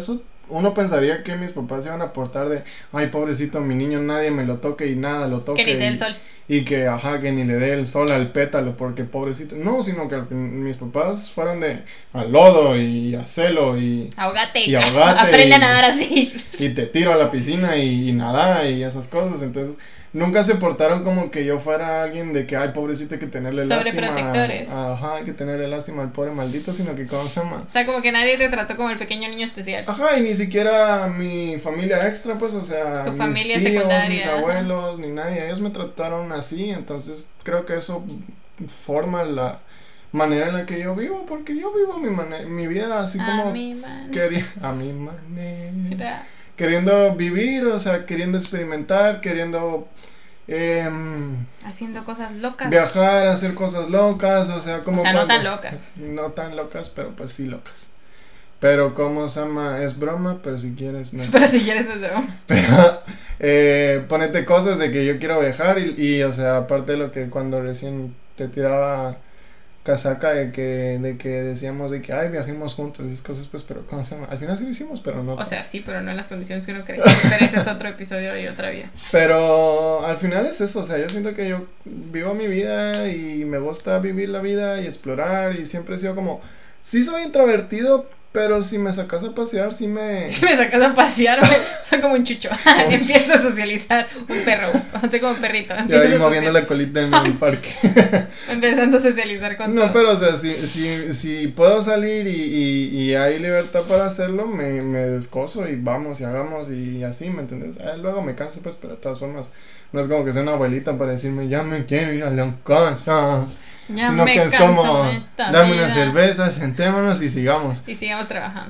uno pensaría que mis papás iban a aportar de, ay, pobrecito, mi niño, nadie me lo toque y nada lo toque. Que ni te dé el y, sol. Y que, ajá, que ni le dé el sol al pétalo, porque pobrecito. No, sino que al fin, mis papás fueron de al lodo y a celo y... Ahogate. Y ahogate. Aprende y, a nadar así. Y te tiro a la piscina y, y nada y esas cosas. Entonces, nunca se portaron como que yo fuera alguien de que, ay, pobrecito, hay que tenerle lástima. Sobreprotectores. Ajá, hay que tenerle lástima al pobre maldito, sino que, ¿cómo se llama? O sea, como que nadie te trató como el pequeño niño especial. Ajá, y ni siquiera mi familia extra, pues, o sea, Tu mis familia tíos, secundaria. mis abuelos, ni nadie, ellos me trataron así, entonces creo que eso forma la manera en la que yo vivo, porque yo vivo mi manera, mi vida así a como mi manera. queri- a mi manera, Mira. queriendo vivir, o sea, queriendo experimentar, queriendo eh, Haciendo cosas locas. viajar, hacer cosas locas, o sea, como O sea, no cuando- tan locas. no tan locas, pero pues sí locas. Pero como se llama, es broma, pero si quieres no. Pero si quieres, no es broma. Pero eh, ponete cosas de que yo quiero viajar y, y o sea, aparte de lo que cuando recién te tiraba casaca de que, de que decíamos de que, ay, viajemos juntos y esas cosas, pues, pero ¿cómo se llama? Al final sí lo hicimos, pero no. O sea, sí, pero no en las condiciones que uno cree. Pero ese es otro episodio y otra vida. Pero al final es eso, o sea, yo siento que yo vivo mi vida y me gusta vivir la vida y explorar y siempre he sido como, sí soy introvertido, pero si me sacas a pasear, sí me... Si me sacas a pasear, me- soy como un chucho. Empiezo a socializar. Un perro. O sea, como un perrito. Ya Empiezo ahí a moviendo social- la colita en el parque. Empezando a socializar con No, todo. pero o sea, si, si, si puedo salir y, y, y hay libertad para hacerlo, me, me descoso y vamos y hagamos y así, ¿me entiendes? Eh, luego me canso, pues, pero de todas formas, no es como que sea una abuelita para decirme, ya me quiero ir a la casa. Ya Sino me que es canso como, de esta dame vida. una cerveza, sentémonos y sigamos. Y sigamos trabajando.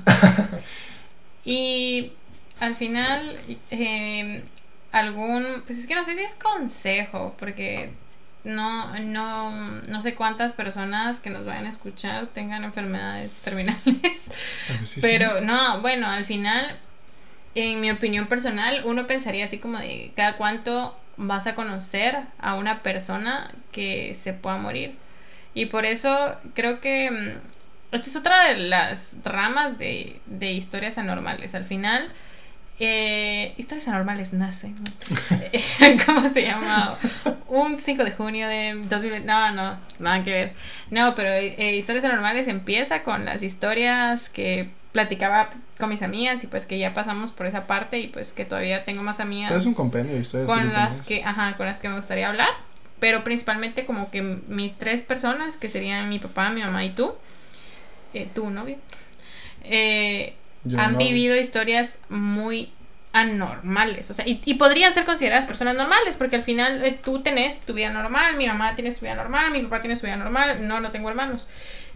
Y al final, eh, algún, pues es que no sé si es consejo, porque no, no, no sé cuántas personas que nos vayan a escuchar tengan enfermedades terminales. Sí, Pero sí. no, bueno, al final, en mi opinión personal, uno pensaría así como de cada cuánto vas a conocer a una persona que se pueda morir. Y por eso creo que mm, esta es otra de las ramas de, de historias anormales. Al final, eh, historias anormales nace, ¿no? ¿Cómo se llama? Un cinco de junio de dos mil veinte. No, no, nada que ver. No, pero eh, historias anormales empieza con las historias que platicaba con mis amigas y pues que ya pasamos por esa parte y pues que todavía tengo más amigas. Pero es un compendio de historias Con que tú las tenés. que, ajá, con las que me gustaría hablar. Pero principalmente como que mis tres personas, que serían mi papá, mi mamá y tú, eh, tu novio, eh, Yo han no. vivido historias muy anormales. O sea, y, y podrían ser consideradas personas normales, porque al final eh, tú tenés tu vida normal, mi mamá tiene su vida normal, mi papá tiene su vida normal, no, no tengo hermanos.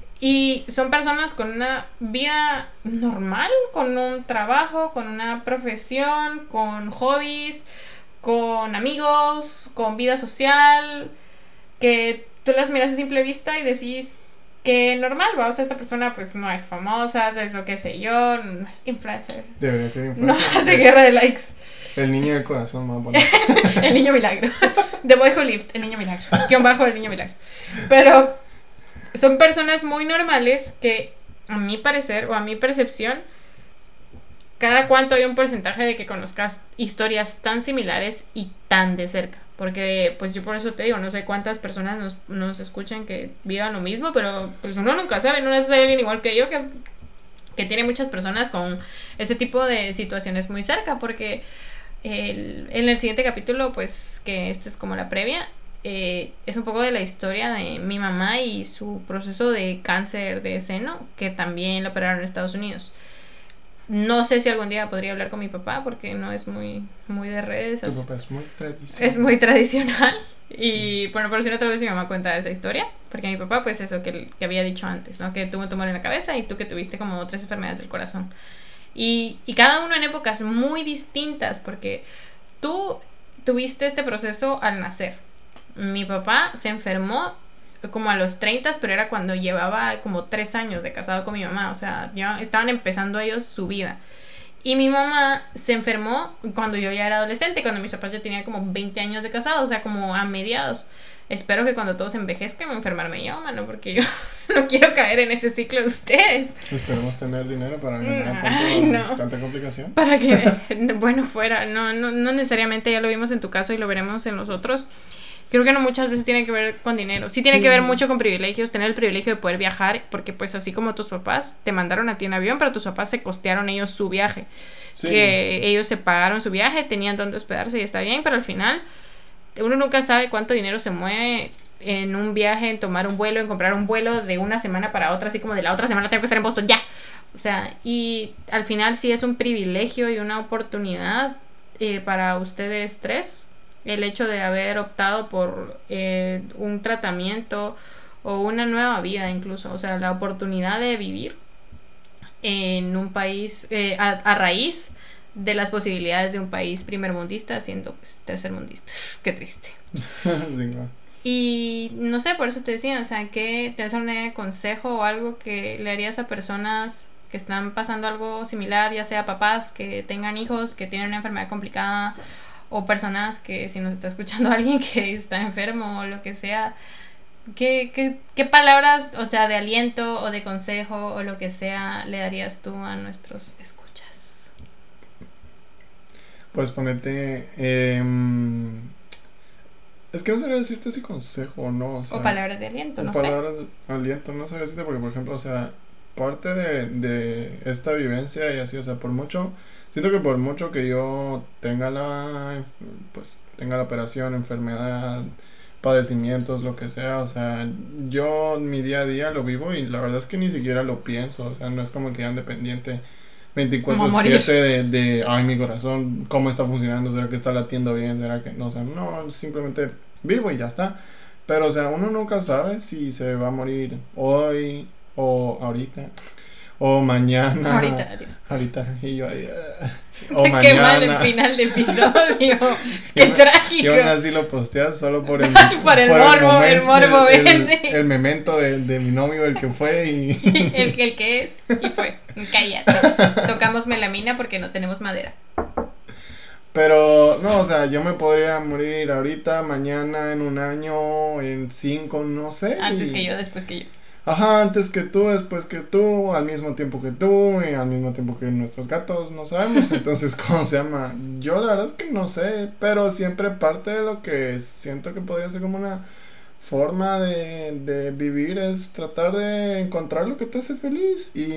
Y son personas con una vida normal, con un trabajo, con una profesión, con hobbies, con amigos, con vida social, que tú las miras a simple vista y decís que normal, va, o sea, esta persona pues no es famosa, es lo que sé yo, no es influencer, Debería ser no influencer. hace guerra de likes. El niño del corazón más bonito. El niño milagro. The Boy Who Lived, el niño milagro. Guión bajo el niño milagro. Pero son personas muy normales que, a mi parecer o a mi percepción, cada cuánto hay un porcentaje de que conozcas historias tan similares y tan de cerca. Porque, pues yo por eso te digo, no sé cuántas personas nos, nos escuchan que vivan lo mismo, pero pues uno nunca sabe, no es alguien igual que yo que, que tiene muchas personas con este tipo de situaciones muy cerca, porque el, en el siguiente capítulo, pues que este es como la previa, eh, es un poco de la historia de mi mamá y su proceso de cáncer de seno, que también lo operaron en Estados Unidos. No sé si algún día podría hablar con mi papá porque no es muy, muy de redes. Tu Es, papá es muy tradicional. es muy tradicional. Y bueno, por si otra vez mi mamá cuenta esa historia. Porque mi papá, pues eso que, que había dicho antes, ¿no? Que tuvo un tumor en la cabeza y tú que tuviste como tres enfermedades del corazón. Y, y cada uno en épocas muy distintas. Porque tú tuviste este proceso al nacer. Mi papá se enfermó como a los treinta, pero era cuando llevaba como tres años de casado con mi mamá, o sea, ya estaban empezando ellos su vida. Y mi mamá se enfermó cuando yo ya era adolescente, cuando mis papás ya tenían como veinte años de casados, o sea, como a mediados. Espero que cuando todos envejezcan enfermarme yo, mano, porque yo no quiero caer en ese ciclo de ustedes. Esperemos tener dinero para ganar Ay, tanto, no. tanta complicación. Para que, bueno, fuera, no, no, no necesariamente, ya lo vimos en tu caso y lo veremos en los otros. Creo que no muchas veces tiene que ver con dinero. Sí tiene Sí. que ver mucho con privilegios, tener el privilegio de poder viajar, porque pues así como tus papás te mandaron a ti en avión, pero tus papás se costearon ellos su viaje. Sí. Que ellos se pagaron su viaje, tenían donde hospedarse y está bien, pero al final uno nunca sabe cuánto dinero se mueve en un viaje, en tomar un vuelo, en comprar un vuelo de una semana para otra, así como de la otra semana tengo que estar en Boston, ya. O sea, y al final sí es un privilegio y una oportunidad eh, para ustedes tres, el hecho de haber optado por eh, un tratamiento o una nueva vida incluso, o sea, la oportunidad de vivir en un país eh, a, a raíz de las posibilidades de un país primermundista siendo pues tercermundistas. Qué triste. Sí, no. Y no sé, por eso te decía, o sea, que tienes un consejo o algo que le harías a personas que están pasando algo similar, ya sea papás que tengan hijos, que tienen una enfermedad complicada, o personas que si nos está escuchando alguien que está enfermo o lo que sea. ¿Qué, qué, qué palabras, o sea, de aliento o de consejo o lo que sea le darías tú a nuestros escuchas? Pues ponete... Eh, es que no sabría decirte si consejo o no. O, sea, o palabras de aliento, o no palabras sé. de aliento, no sabría decirte porque, por ejemplo, o sea, parte de, de esta vivencia y así, o sea, por mucho... Siento que por mucho que yo tenga la... Pues tenga la operación, enfermedad... padecimientos, lo que sea, o sea, yo mi día a día lo vivo y la verdad es que ni siquiera lo pienso, o sea, no es como que ande pendiente veinticuatro siete de, de, ay, mi corazón, cómo está funcionando, será que está latiendo bien, será que no, o sea, no, simplemente vivo y ya está, pero, o sea, uno nunca sabe si se va a morir hoy o ahorita. O mañana. Ahorita, adiós. Ahorita. Y yo ahí. Uh, o Qué mañana. mal el final de episodio. Qué y trágico. Y aún así lo posteas solo por el. por el por morbo, el, momento, morbo el, vende. el, el memento de, de mi novio, el que fue y. el, que, el que es. Y fue. Cállate. Tocamos melamina porque no tenemos madera. Pero, no, o sea, yo me podría morir ahorita, mañana, en un año, en cinco, no sé. Antes y... que yo, después que yo. Ajá, antes que tú, después que tú, al mismo tiempo que tú, y al mismo tiempo que nuestros gatos, no sabemos, entonces, ¿cómo se llama? Yo la verdad es que no sé, pero siempre parte de lo que siento que podría ser como una forma de, de vivir es tratar de encontrar lo que te hace feliz y,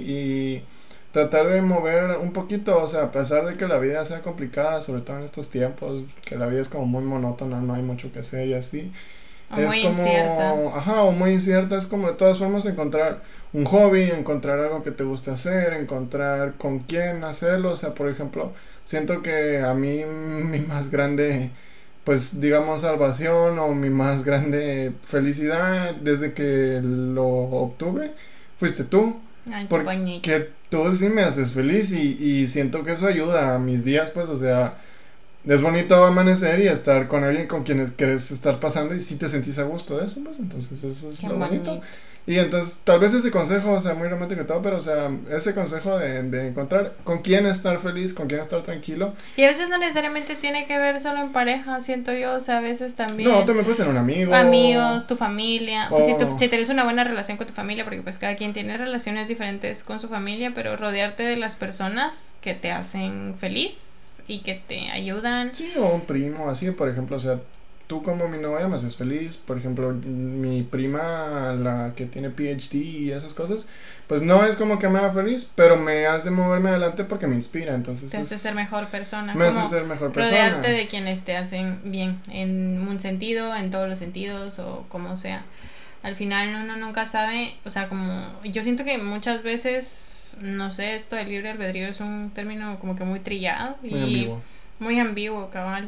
y tratar de mover un poquito, o sea, a pesar de que la vida sea complicada, sobre todo en estos tiempos, que la vida es como muy monótona, no hay mucho que hacer y así. O Es muy como, incierta. ajá, o muy incierta, es como de todas formas encontrar un hobby, encontrar algo que te guste hacer, encontrar con quién hacerlo, o sea, por ejemplo, siento que a mí mi más grande, pues digamos, salvación o mi más grande felicidad desde que lo obtuve, fuiste tú, Ay, porque tú sí me haces feliz y, y siento que eso ayuda a mis días, pues, o sea... Es bonito amanecer y estar con alguien con quien quieres estar pasando y si te sentís a gusto de eso, pues entonces eso es Qué lo bonito. bonito. Y entonces tal vez ese consejo, o sea, muy romántico y todo, pero o sea, ese consejo de, de encontrar con quién estar feliz, con quién estar tranquilo. Y a veces no necesariamente tiene que ver solo en pareja, siento yo, o sea, a veces también... No, también puedes tener un amigo. Amigos, tu familia, pues si, Oh. tú, si tienes una buena relación con tu familia, porque pues cada quien tiene relaciones diferentes con su familia, pero rodearte de las personas que te hacen feliz y que te ayudan. Sí, o un primo, así, por ejemplo, o sea, tú como mi novia me haces feliz, por ejemplo, mi prima, la que tiene P H D y esas cosas, pues no es como que me haga feliz, pero me hace moverme adelante porque me inspira, entonces Te hace es, ser mejor persona. me como hace ser mejor persona. rodearte de quienes te hacen bien, en un sentido, en todos los sentidos o como sea. Al final uno nunca sabe, o sea, como yo siento que muchas veces, no sé, esto del libre albedrío es un término como que muy trillado y Muy ambiguo. muy ambiguo, cabal.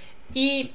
Y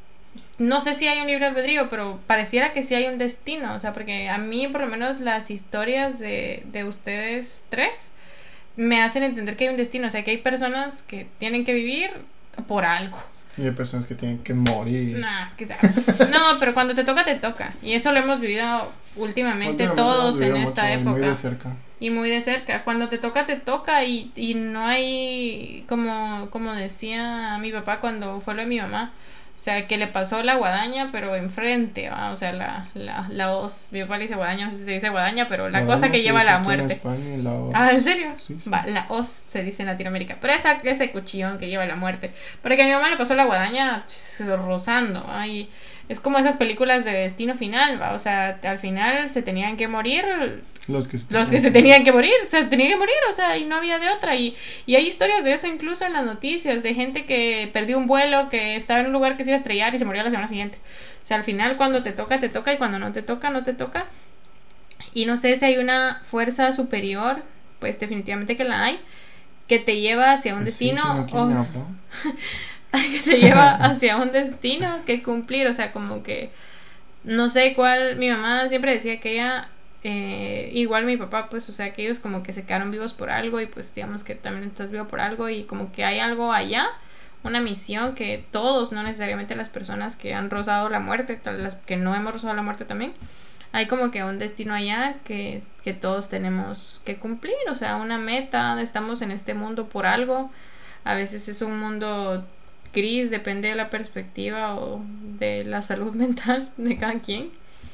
no sé si hay un libre albedrío, pero pareciera que sí hay un destino, o sea, porque a mí por lo menos las historias de, de ustedes tres me hacen entender que hay un destino, o sea, que hay personas que tienen que vivir por algo. Y hay personas que tienen que morir. Nah, ¿qué tal? No, pero cuando te toca, te toca. Y eso lo hemos vivido últimamente, Últimamente todos hemos en vivido esta mucho y muy época. de cerca. y muy de cerca. Cuando te toca, te toca y, y no hay, como, como decía mi papá cuando fue lo de mi mamá, o sea, que le pasó la guadaña, pero enfrente, ¿va? O sea, la, la, la hoz, mi papá le dice guadaña, no sé si se dice guadaña, pero la Guadaña cosa que se lleva a dice la aquí muerte. en España, la hoz. Ah, ¿en serio? Sí, sí. Va, la hoz se dice en Latinoamérica, pero esa, ese cuchillón que lleva a la muerte. Porque a mi mamá le pasó la guadaña ch, rozando, ¿va? Y es como esas películas de destino final, ¿va? O sea, al final se tenían que morir Los que se, los que se tenían que morir, se tenían que morir, o sea, y no había de otra. Y, y hay historias de eso incluso en las noticias, de gente que perdió un vuelo, que estaba en un lugar que se iba a estrellar y se murió la semana siguiente. O sea, al final cuando te toca, te toca, y cuando no te toca, no te toca. Y no sé si hay una fuerza superior, pues definitivamente que la hay, que te lleva hacia un pues sí, destino, si no, ¿quién o habla? que te lleva hacia un destino que cumplir, o sea, como que no sé cuál. Mi mamá siempre decía que ella, eh, igual mi papá, pues, o sea, que ellos como que se quedaron vivos por algo, y pues digamos que también estás vivo por algo, y como que hay algo allá, una misión que todos, no necesariamente las personas que han rozado la muerte, tal las que no hemos rozado la muerte también, hay como que un destino allá que, que todos tenemos que cumplir, o sea, una meta. Estamos en este mundo por algo. A veces es un mundo gris, depende de la perspectiva o de la salud mental de cada quien,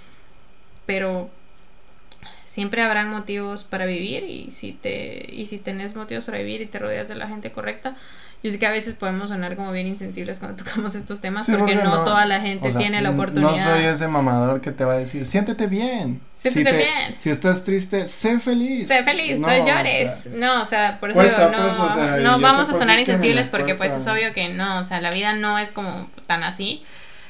pero siempre habrán motivos para vivir, y si te y si tenés motivos para vivir y te rodeas de la gente correcta. Yo sé que a veces podemos sonar como bien insensibles cuando tocamos estos temas, sí, porque, porque no, no toda la gente, o sea, tiene la oportunidad. No soy ese mamador que te va a decir, siéntete bien. Siéntete si te, bien. Si estás triste, sé feliz. Sé feliz, no, no llores. O sea, no, o sea, por eso cuesta, digo, no, pues, o sea, no vamos a sonar insensibles porque cuesta. pues es obvio que no, o sea, la vida no es como tan así.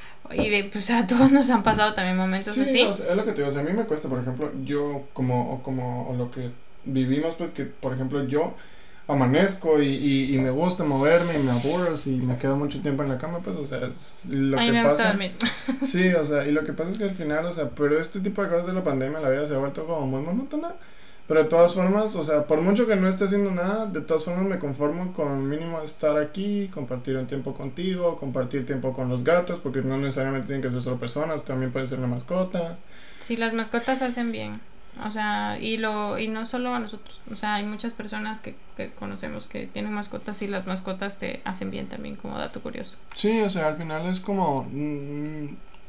Y de, pues a todos nos han pasado también momentos sí, así. O sea, es lo que te digo, o sea, a mí me cuesta, por ejemplo, yo como, o como o lo que vivimos, pues que, por ejemplo, yo amanezco y, y, y me gusta moverme y me aburro si me quedo mucho tiempo en la cama, pues, o sea, es lo a que mí me pasa. Gusta dormir. Sí, o sea, y lo que pasa es que al final, o sea, pero este tipo de cosas de la pandemia, la vida se ha vuelto como muy monótona. Pero de todas formas, o sea, por mucho que no esté haciendo nada, de todas formas me conformo con mínimo estar aquí, compartir un tiempo contigo, compartir tiempo con los gatos, porque no necesariamente tienen que ser solo personas, también puede ser una mascota. Sí, las mascotas hacen bien, o sea, y lo y no solo a nosotros, o sea, hay muchas personas que, que conocemos que tienen mascotas, y las mascotas te hacen bien también, como dato curioso. Sí, o sea, al final es como, mmm,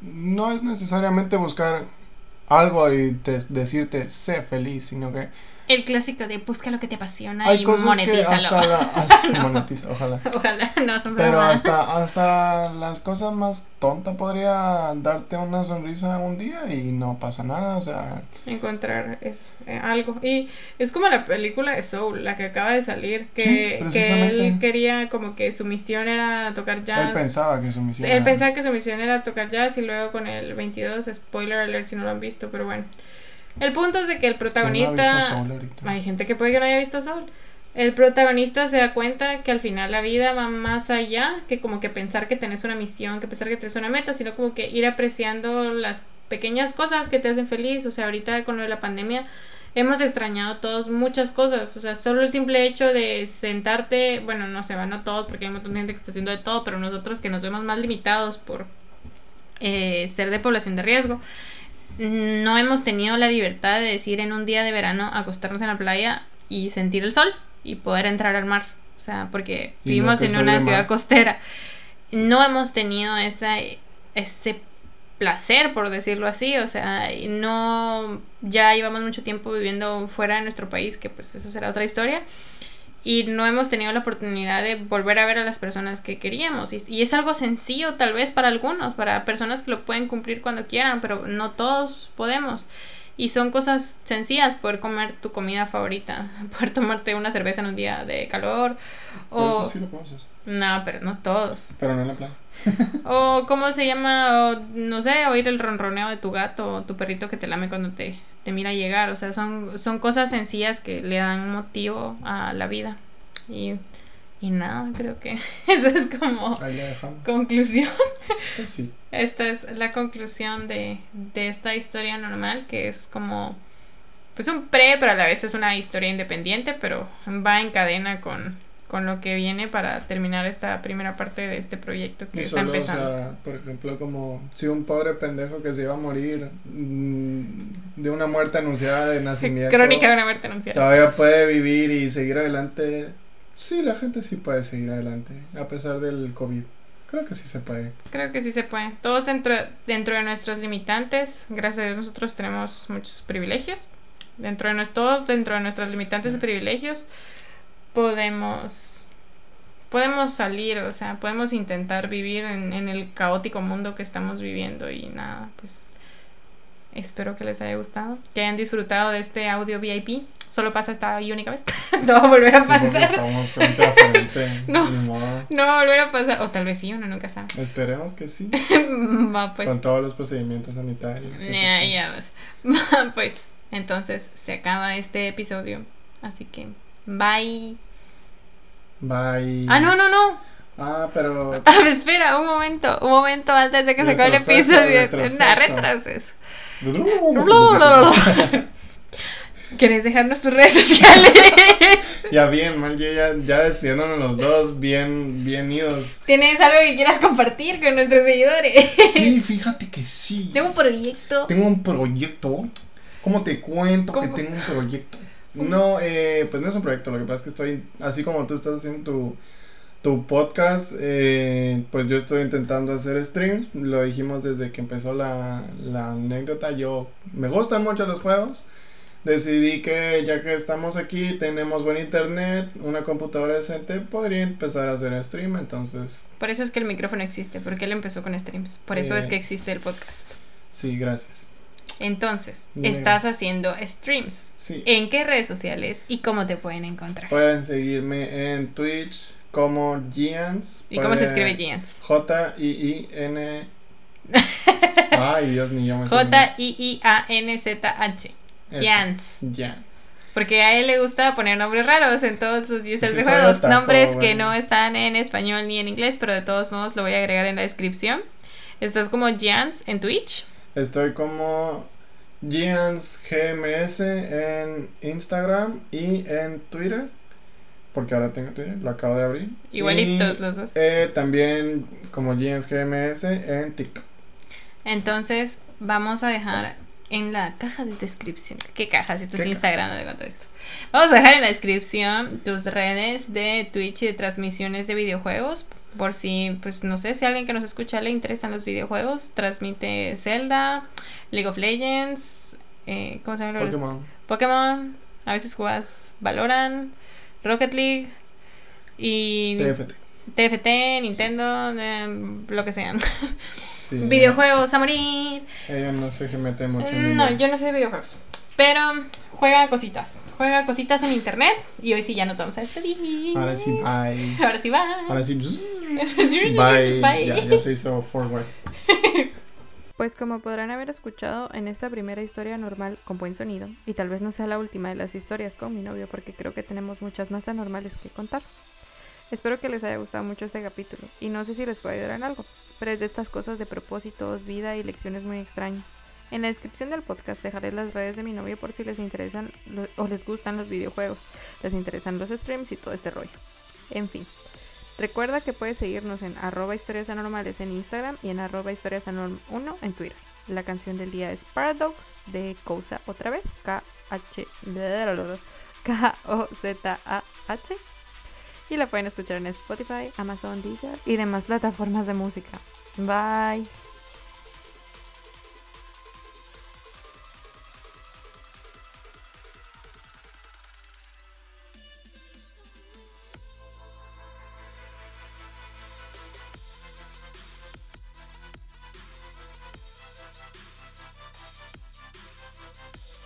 no es necesariamente buscar algo y te, decirte sé feliz, sino que el clásico de busca lo que te apasiona hay y cosas monetízalo. Que hasta la, hasta no. monetiza, ojalá. Ojalá, no son Pero bromas. hasta, hasta las cosas más tontas podría darte una sonrisa un día y no pasa nada, o sea. Encontrar es, eh, algo. Y es como la película de Soul, la que acaba de salir, que, sí, que él quería como que su misión era tocar jazz. Él pensaba que su misión Él era... pensaba que su misión era tocar jazz, y luego con el veintidós, spoiler alert si no lo han visto, pero bueno. El punto es de que el protagonista... No ha visto Soul hay gente que puede que no haya visto Soul. El protagonista se da cuenta que al final la vida va más allá que como que pensar que tenés una misión, que pensar que tenés una meta, sino como que ir apreciando las pequeñas cosas que te hacen feliz. O sea, ahorita con lo de la pandemia hemos extrañado todos muchas cosas. O sea, solo el simple hecho de sentarte, bueno, no se van, no todos, porque hay un montón de gente que está haciendo de todo, pero nosotros que nos vemos más limitados por eh, ser de población de riesgo, no hemos tenido la libertad de decir en un día de verano acostarnos en la playa y sentir el sol y poder entrar al mar, o sea, porque vivimos en una ciudad costera. No hemos tenido esa, ese placer, por decirlo así, o sea, no, ya llevamos mucho tiempo viviendo fuera de nuestro país, que pues eso será otra historia, y no hemos tenido la oportunidad de volver a ver a las personas que queríamos, y, y es algo sencillo tal vez para algunos, para personas que lo pueden cumplir cuando quieran, pero no todos podemos. Y son cosas sencillas, poder comer tu comida favorita, poder tomarte una cerveza en un día de calor. Pero o... eso sí lo podemos hacer. No, pero no todos. Pero no en la playa. O cómo se llama, o, no sé, oír el ronroneo de tu gato o tu perrito que te lame cuando te, te mira llegar. O sea, son, son cosas sencillas que le dan motivo a la vida. Y, y nada, creo que eso es como ahí la dejamos. Conclusión. Pues sí. Esta es la conclusión de, de esta historia normal, que es como pues un pre, pero a la vez es una historia independiente, pero va en cadena con, con lo que viene para terminar esta primera parte de este proyecto que y está solo, empezando. O sea, por ejemplo, como si un pobre pendejo que se iba a morir mmm, de una muerte anunciada de nacimiento. Crónica de una muerte anunciada. Todavía puede vivir y seguir adelante. Sí, la gente sí puede seguir adelante, a pesar del COVID. Creo que sí se puede. Creo que sí se puede. Todos dentro, dentro de nuestros limitantes. Gracias a Dios nosotros tenemos muchos privilegios. Dentro de no, todos dentro de nuestros limitantes y privilegios podemos podemos salir, o sea, podemos intentar vivir en, en el caótico mundo que estamos viviendo. Y nada, pues espero que les haya gustado, que hayan disfrutado de este audio V I P. Solo pasa esta y única vez. No va a volver a Sí, pasar. estamos frente a frente. No. Ni modo. No va a volver a pasar. O tal vez sí, uno nunca sabe. Esperemos que sí. Va, pues. Con todos los procedimientos sanitarios. Ya, ya ves. Va, pues. Entonces se acaba este episodio. Así que bye. Bye. Ah, no, no, no. Ah, pero. Ah, espera, un momento. Un momento antes de que se acabe el Retroceso, episodio. retroceso. Nah, retroceso. Bla, bla, bla. ¿Quieres dejarnos tus redes sociales? Ya bien, mal, yo ya, ya despidiéndonos los dos, bien, bien idos. ¿Tienes algo que quieras compartir con nuestros seguidores? Sí, fíjate que sí. Tengo un proyecto. Tengo un proyecto. ¿Cómo te cuento ¿Cómo? que tengo un proyecto? No, eh, pues no es un proyecto, lo que pasa es que estoy, así como tú estás haciendo tu, tu podcast, eh, pues yo estoy intentando hacer streams. Lo dijimos desde que empezó la, la anécdota. Yo, me gustan mucho los juegos. Decidí que ya que estamos aquí, tenemos buen internet, una computadora decente, podría empezar a hacer stream, entonces... Por eso es que el micrófono existe, porque él empezó con streams. Por eso Eh, es que existe el podcast. Sí, gracias. Entonces, Dime. estás haciendo streams. Sí. ¿En qué redes sociales y cómo te pueden encontrar? Pueden seguirme en Twitch como Gians. ¿Y cómo se escribe Giants? J I I N Ay, Dios mío. me sé J I I A N Z H. Eso. Giants. Giants. Porque a él le gusta poner nombres raros en todos sus users Porque de soy juegos. otaku, Nombres bueno. que no están en español ni en inglés, pero de todos modos lo voy a agregar en la descripción. Estás como Giants en Twitch. Estoy como Giants G M S en Instagram y en Twitter. Porque ahora tengo Twitter, lo acabo de abrir. Igualitos Y, los dos. Eh, también como Giants G M S en TikTok. Entonces, vamos a dejar en la caja de descripción. ¿Qué caja? Si tú es ¿Qué Instagram, no te cuento esto. Vamos a dejar en la descripción tus redes de Twitch y de transmisiones de videojuegos. Por si, pues no sé, si a alguien que nos escucha le interesan los videojuegos, transmite Zelda, League of Legends, eh, ¿cómo se llama? Pokémon. Pokémon. A veces juegas Valorant, Rocket League y T F T. T F T, Nintendo, eh, lo que sea. Sí, Videojuegos a morir. Ella no se mete mucho en No, dinero. yo no sé de videojuegos. Pero juega cositas. Juega cositas en internet. Y hoy sí ya no te vamos a despedir. Ahora sí, bye. Ahora sí va. Ahora sí, bye. Bye. Ya, ya se hizo forward. Pues como podrán haber escuchado en esta primera historia normal con buen sonido, y tal vez no sea la última de las historias con mi novio porque creo que tenemos muchas más anormales que contar. Espero que les haya gustado mucho este capítulo y no sé si les puede ayudar en algo, pero es de estas cosas de propósitos, vida y lecciones muy extrañas. En la descripción del podcast dejaré las redes de mi novio por si les interesan lo- o les gustan los videojuegos, les interesan los streams y todo este rollo. En fin. Recuerda que puedes seguirnos en arroba historias anormales en Instagram y en arroba historias anorm uno en Twitter. La canción del día es Paradox de Kouza otra vez, K H K O Z A H, y la pueden escuchar en Spotify, Amazon, Deezer y demás plataformas de música. Bye.